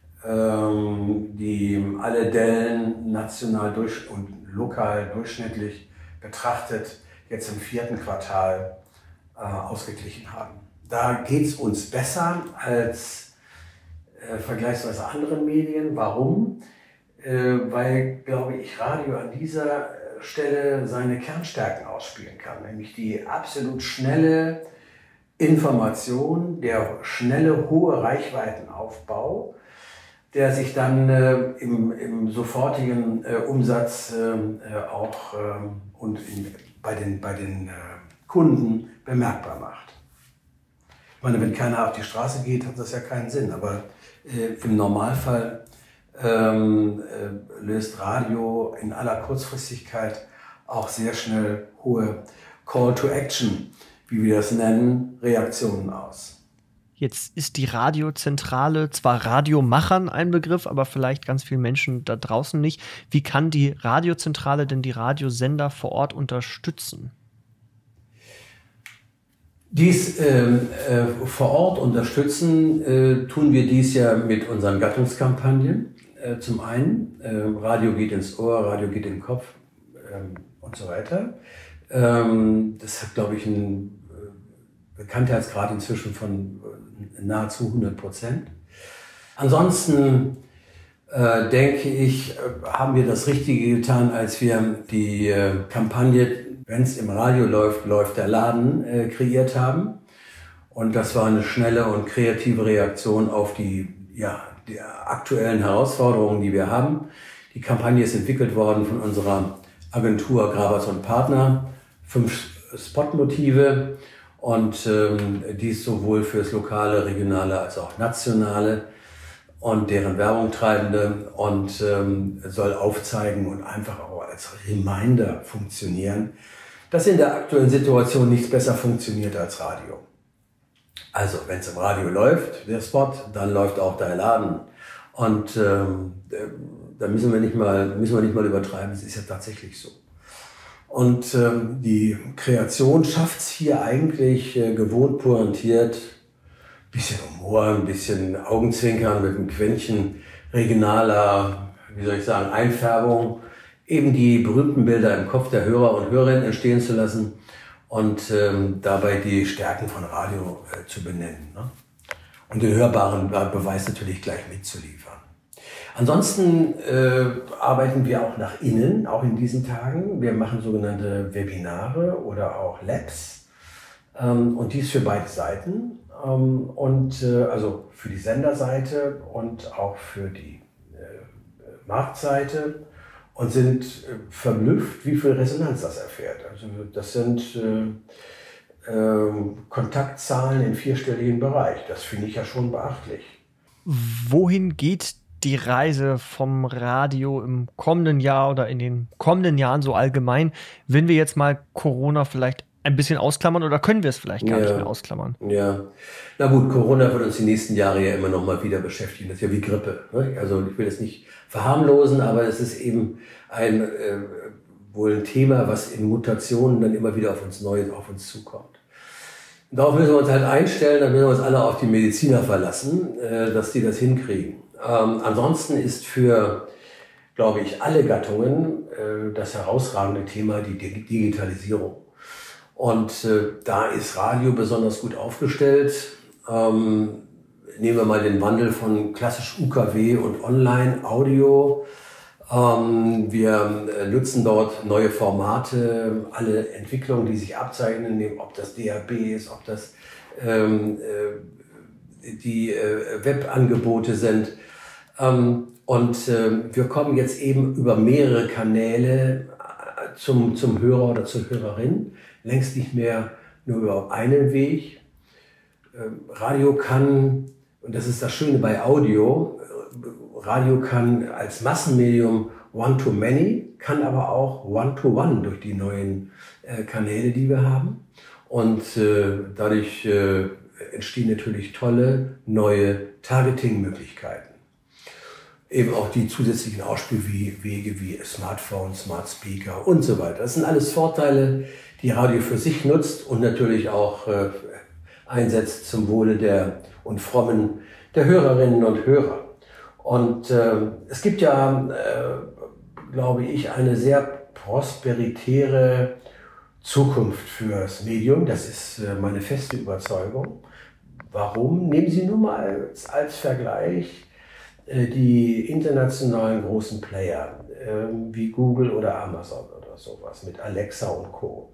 Speaker 7: ähm, die alle Dellen national durch und lokal durchschnittlich betrachtet jetzt im vierten Quartal äh, ausgeglichen haben. Da geht es uns besser als äh, vergleichsweise anderen Medien. Warum? Äh, weil, glaube ich, Radio an dieser Stelle seine Kernstärken ausspielen kann, nämlich die absolut schnelle Information, der schnelle, hohe Reichweitenaufbau, der sich dann äh, im, im sofortigen äh, Umsatz äh, auch äh, und in, bei den, bei den äh, Kunden bemerkbar macht. Ich meine, wenn keiner auf die Straße geht, hat das ja keinen Sinn, aber äh, im Normalfall ähm, äh, löst Radio in aller Kurzfristigkeit auch sehr schnell hohe Call to Action, wie wir das nennen, Reaktionen aus.
Speaker 6: Jetzt ist die Radiozentrale zwar Radiomachern ein Begriff, aber vielleicht ganz vielen Menschen da draußen nicht. Wie kann die Radiozentrale denn die Radiosender vor Ort unterstützen?
Speaker 7: Dies äh, äh, vor Ort unterstützen äh, tun wir dies ja mit unseren Gattungskampagnen. Äh, zum einen, äh, Radio geht ins Ohr, Radio geht in den Kopf äh, und so weiter. Ähm, das hat, glaube ich, einen äh, Bekanntheitsgrad inzwischen von äh, nahezu hundert Prozent. Ansonsten äh, denke ich, äh, haben wir das Richtige getan, als wir die äh, Kampagne wenn es im Radio läuft, läuft der Laden, äh, kreiert haben. Und das war eine schnelle und kreative Reaktion auf die, ja, die aktuellen Herausforderungen, die wir haben. Die Kampagne ist entwickelt worden von unserer Agentur Grabers und Partner. Fünf Spotmotive und ähm, dies sowohl fürs lokale, regionale als auch nationale und deren Werbung treibende und ähm, soll aufzeigen und einfach auch als Reminder funktionieren, dass in der aktuellen Situation nichts besser funktioniert als Radio. Also wenn es im Radio läuft, der Spot, dann läuft auch der Laden. Und ähm, da müssen wir nicht mal, müssen wir nicht mal übertreiben, es ist ja tatsächlich so. Und ähm, die Kreation schafft es hier eigentlich äh, gewohnt pointiert, bisschen Humor, ein bisschen Augenzwinkern mit einem Quäntchen regionaler, wie soll ich sagen, Einfärbung, eben die berühmten Bilder im Kopf der Hörer und Hörerinnen entstehen zu lassen und ähm, dabei die Stärken von Radio äh, zu benennen, ne? Und den hörbaren Beweis natürlich gleich mitzuliefern. Ansonsten äh, arbeiten wir auch nach innen, auch in diesen Tagen. Wir machen sogenannte Webinare oder auch Labs ähm, und dies für beide Seiten. Ähm, und äh, also für die Senderseite und auch für die äh, Marktseite. Und sind äh, verblüfft, wie viel Resonanz das erfährt. Also das sind äh, äh, Kontaktzahlen im vierstelligen Bereich. Das finde ich ja schon beachtlich.
Speaker 6: Wohin geht die Reise vom Radio im kommenden Jahr oder in den kommenden Jahren so allgemein, wenn wir jetzt mal Corona vielleicht ein bisschen ausklammern oder können wir es vielleicht gar ja. nicht mehr ausklammern?
Speaker 7: Ja, na gut, Corona wird uns die nächsten Jahre ja immer noch mal wieder beschäftigen. Das ist ja wie Grippe, ne? Also ich will das nicht verharmlosen, aber es ist eben ein äh, wohl ein Thema, was in Mutationen dann immer wieder auf uns neu auf uns zukommt. Und darauf müssen wir uns halt einstellen, dann müssen wir uns alle auf die Mediziner verlassen, äh, dass die das hinkriegen. Ähm, ansonsten ist für, glaube ich, alle Gattungen äh, das herausragende Thema die Digitalisierung. Und äh, da ist Radio besonders gut aufgestellt. Ähm, nehmen wir mal den Wandel von klassisch U K W und Online-Audio. Ähm, wir äh, nutzen dort neue Formate, alle Entwicklungen, die sich abzeichnen, ob das D A B ist, ob das ähm, äh, die äh, Webangebote sind. Ähm, und äh, wir kommen jetzt eben über mehrere Kanäle zum, zum Hörer oder zur Hörerin, längst nicht mehr nur über einen Weg. Ähm, Radio kann, und das ist das Schöne bei Audio, Radio kann als Massenmedium One-to-Many, kann aber auch One-to-One durch die neuen äh, Kanäle, die wir haben. Und äh, dadurch äh, entstehen natürlich tolle neue Targeting-Möglichkeiten. Eben auch die zusätzlichen Ausspielwege wie Smartphone, Smart Speaker und so weiter. Das sind alles Vorteile, die Radio für sich nutzt und natürlich auch äh, einsetzt zum Wohle der und Frommen der Hörerinnen und Hörer. Und äh, es gibt ja, äh, glaube ich, eine sehr prosperitäre Zukunft fürs Medium. Das ist äh, meine feste Überzeugung. Warum? Nehmen Sie nur mal als, als Vergleich äh, die internationalen großen Player äh, wie Google oder Amazon oder sowas mit Alexa und Co.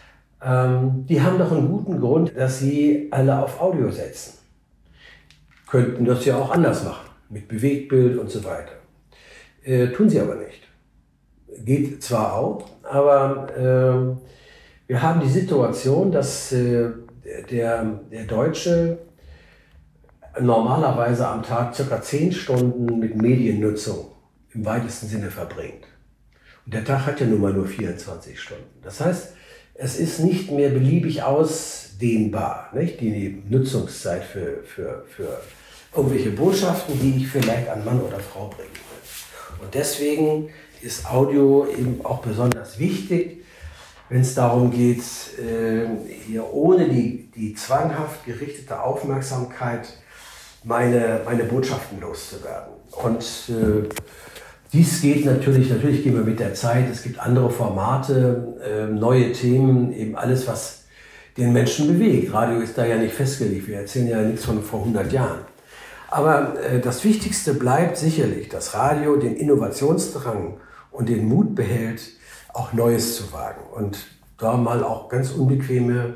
Speaker 7: Ähm, die haben doch einen guten Grund, dass sie alle auf Audio setzen. Könnten das ja auch anders machen, mit Bewegtbild und so weiter. Äh, tun sie aber nicht. Geht zwar auch, aber äh, wir haben die Situation, dass äh, der, der Deutsche normalerweise am Tag ca. zehn Stunden mit Mediennutzung im weitesten Sinne verbringt. Und der Tag hat ja nun mal nur vierundzwanzig Stunden. Das heißt, es ist nicht mehr beliebig ausdehnbar, nicht? Die Nutzungszeit für, für, für irgendwelche Botschaften, die ich vielleicht an Mann oder Frau bringen will. Und deswegen ist Audio eben auch besonders wichtig, wenn es darum geht, äh, hier ohne die, die zwanghaft gerichtete Aufmerksamkeit meine, meine Botschaften loszuwerden. Und äh, dies geht natürlich, natürlich gehen wir mit der Zeit, es gibt andere Formate, äh, neue Themen, eben alles, was den Menschen bewegt. Radio ist da ja nicht festgelegt, wir erzählen ja nichts von vor hundert Jahren. Aber äh, das Wichtigste bleibt sicherlich, dass Radio den Innovationsdrang und den Mut behält, auch Neues zu wagen und da mal auch ganz unbequeme,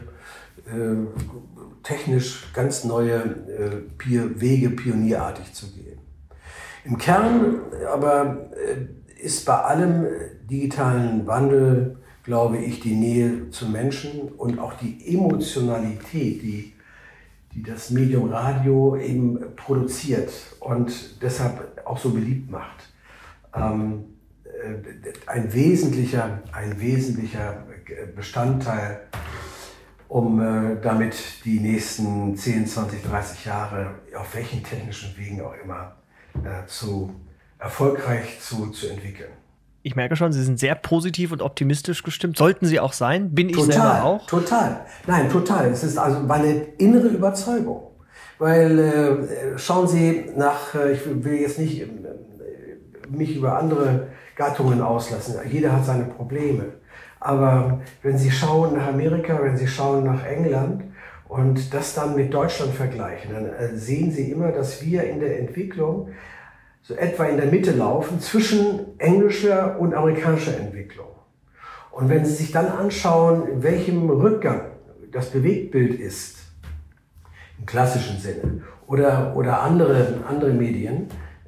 Speaker 7: äh, technisch ganz neue äh, Pier Wege pionierartig zu gehen. Im Kern aber äh, ist bei allem digitalen Wandel, glaube ich, die Nähe zum Menschen und auch die Emotionalität, die, die das Medium Radio eben produziert und deshalb auch so beliebt macht. Ähm, Ein wesentlicher, ein wesentlicher Bestandteil, um äh, damit die nächsten zehn, zwanzig, dreißig Jahre, auf welchen technischen Wegen auch immer, äh, zu erfolgreich zu, zu entwickeln.
Speaker 6: Ich merke schon, Sie sind sehr positiv und optimistisch gestimmt. Sollten Sie auch sein? Bin ich
Speaker 7: total,
Speaker 6: selber auch?
Speaker 7: Total. Nein, total. Es ist also meine innere Überzeugung. Weil äh, schauen Sie nach, äh, ich will jetzt nicht äh, mich über andere Gattungen auslassen. Jeder hat seine Probleme. Aber wenn Sie schauen nach Amerika, wenn Sie schauen nach England und das dann mit Deutschland vergleichen, dann sehen Sie immer, dass wir in der Entwicklung so etwa in der Mitte laufen zwischen englischer und amerikanischer Entwicklung. Und wenn Sie sich dann anschauen, in welchem Rückgang das Bewegtbild ist, im klassischen Sinne, oder, oder andere, andere Medien,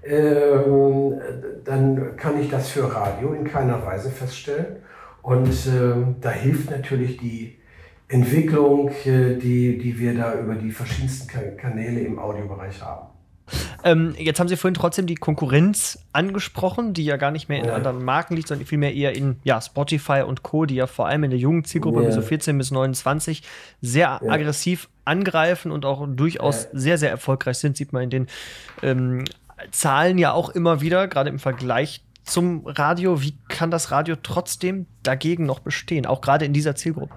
Speaker 7: Ähm, dann kann ich das für Radio in keiner Weise feststellen. Und äh, da hilft natürlich die Entwicklung, äh, die, die wir da über die verschiedensten Kanäle im Audiobereich haben.
Speaker 6: Ähm, jetzt haben Sie vorhin trotzdem die Konkurrenz angesprochen, die ja gar nicht mehr in ja. anderen Marken liegt, sondern vielmehr eher in ja, Spotify und Co., die ja vor allem in der jungen Zielgruppe, ja. so vierzehn bis neunundzwanzig, sehr ja. aggressiv angreifen und auch durchaus ja. sehr, sehr erfolgreich sind, sieht man in den ähm, Zahlen ja auch immer wieder, gerade im Vergleich zum Radio. Wie kann das Radio trotzdem dagegen noch bestehen, auch gerade in dieser Zielgruppe?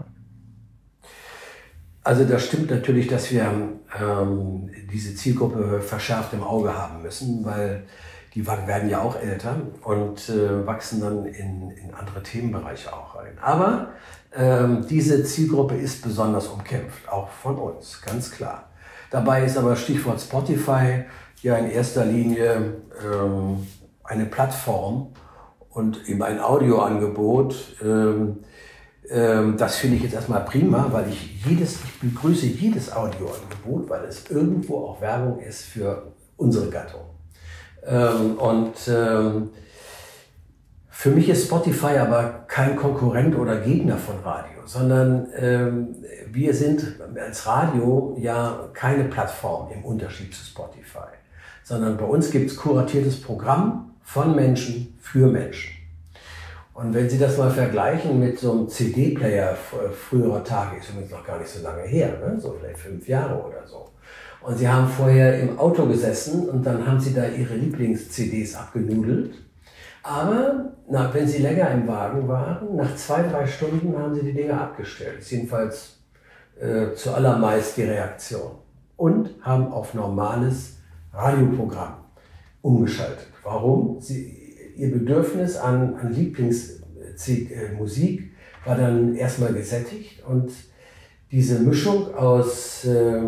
Speaker 7: Also das stimmt natürlich, dass wir ähm, diese Zielgruppe verschärft im Auge haben müssen, weil die werden ja auch älter und äh, wachsen dann in, in andere Themenbereiche auch rein. Aber ähm, diese Zielgruppe ist besonders umkämpft, auch von uns, ganz klar. Dabei ist aber Stichwort Spotify ja in erster Linie ähm, eine Plattform und eben ein Audioangebot. Ähm, ähm, das finde ich jetzt erstmal prima, weil ich jedes, ich begrüße jedes Audioangebot, weil es irgendwo auch Werbung ist für unsere Gattung. Ähm, und ähm, für mich ist Spotify aber kein Konkurrent oder Gegner von Radio, sondern ähm, wir sind als Radio ja keine Plattform im Unterschied zu Spotify, sondern bei uns gibt es kuratiertes Programm von Menschen für Menschen. Und wenn Sie das mal vergleichen mit so einem C D-Player früherer Tage, ist übrigens noch gar nicht so lange her, ne? So vielleicht fünf Jahre oder so. Und Sie haben vorher im Auto gesessen und dann haben Sie da Ihre Lieblings-C Ds abgenudelt. Aber na, wenn Sie länger im Wagen waren, nach zwei, drei Stunden haben Sie die Dinge abgestellt. Das ist jedenfalls äh, zuallermeist die Reaktion. Und haben auf normales Radioprogramm umgeschaltet. Warum? Sie, ihr Bedürfnis an, an Lieblingsmusik war dann erstmal gesättigt. Und diese Mischung aus äh,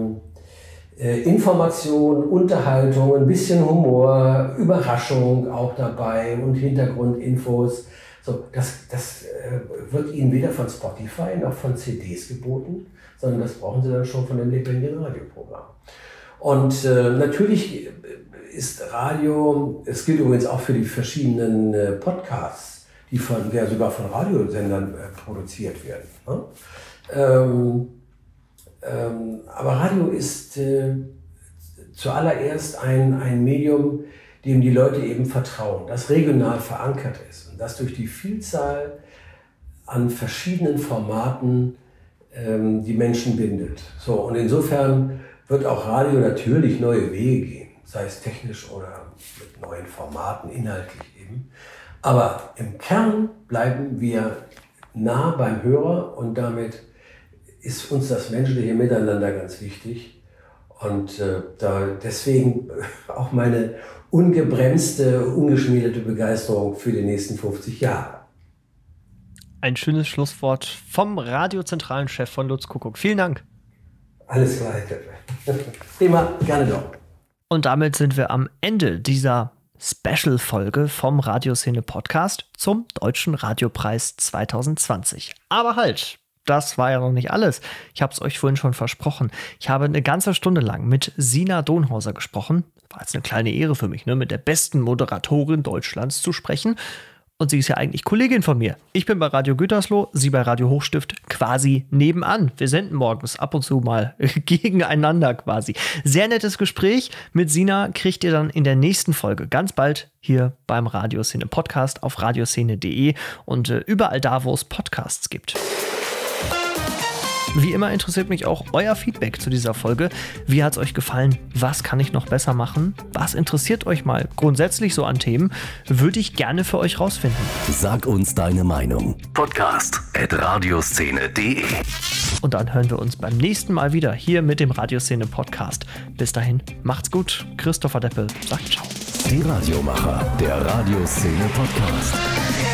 Speaker 7: Information, Unterhaltung, ein bisschen Humor, Überraschung auch dabei und Hintergrundinfos. So, das das äh, wird Ihnen weder von Spotify noch von C Ds geboten, sondern das brauchen Sie dann schon von dem lebendigen Radioprogramm. Und äh, natürlich ist Radio, es gilt übrigens auch für die verschiedenen äh, Podcasts, die von, ja, sogar von Radiosendern äh, produziert werden. Ne? Ähm, Ähm, aber Radio ist äh, zuallererst ein, ein Medium, dem die Leute eben vertrauen, das regional verankert ist und das durch die Vielzahl an verschiedenen Formaten ähm, die Menschen bindet. So, und insofern wird auch Radio natürlich neue Wege gehen, sei es technisch oder mit neuen Formaten, inhaltlich eben. Aber im Kern bleiben wir nah beim Hörer und damit ist uns das menschliche Miteinander ganz wichtig und äh, da deswegen auch meine ungebremste, ungeschmiedete Begeisterung für die nächsten fünfzig Jahre.
Speaker 6: Ein schönes Schlusswort vom radiozentralen Chef von Lutz Kuckuck. Vielen Dank.
Speaker 7: Alles klar, Prima, gerne doch.
Speaker 6: Und damit sind wir am Ende dieser Special-Folge vom Radioszene-Podcast zum Deutschen Radiopreis zwanzig zwanzig. Aber halt! Das war ja noch nicht alles. Ich habe es euch vorhin schon versprochen. Ich habe eine ganze Stunde lang mit Sina Donhauser gesprochen. War jetzt eine kleine Ehre für mich, ne, mit der besten Moderatorin Deutschlands zu sprechen. Und sie ist ja eigentlich Kollegin von mir. Ich bin bei Radio Gütersloh, sie bei Radio Hochstift, quasi nebenan. Wir senden morgens ab und zu mal gegeneinander quasi. Sehr nettes Gespräch mit Sina kriegt ihr dann in der nächsten Folge ganz bald hier beim Radioszene Podcast auf radioszene punkt de und äh, überall da, wo es Podcasts gibt. Wie immer interessiert mich auch euer Feedback zu dieser Folge. Wie hat es euch gefallen? Was kann ich noch besser machen? Was interessiert euch mal grundsätzlich so an Themen? Würde ich gerne für euch rausfinden.
Speaker 2: Sag uns deine Meinung. Podcast at radioszene punkt de.
Speaker 6: Und dann hören wir uns beim nächsten Mal wieder hier mit dem Radioszene Podcast. Bis dahin, macht's gut. Christopher Deppel sagt ciao.
Speaker 2: Die Radiomacher, der Radioszene Podcast.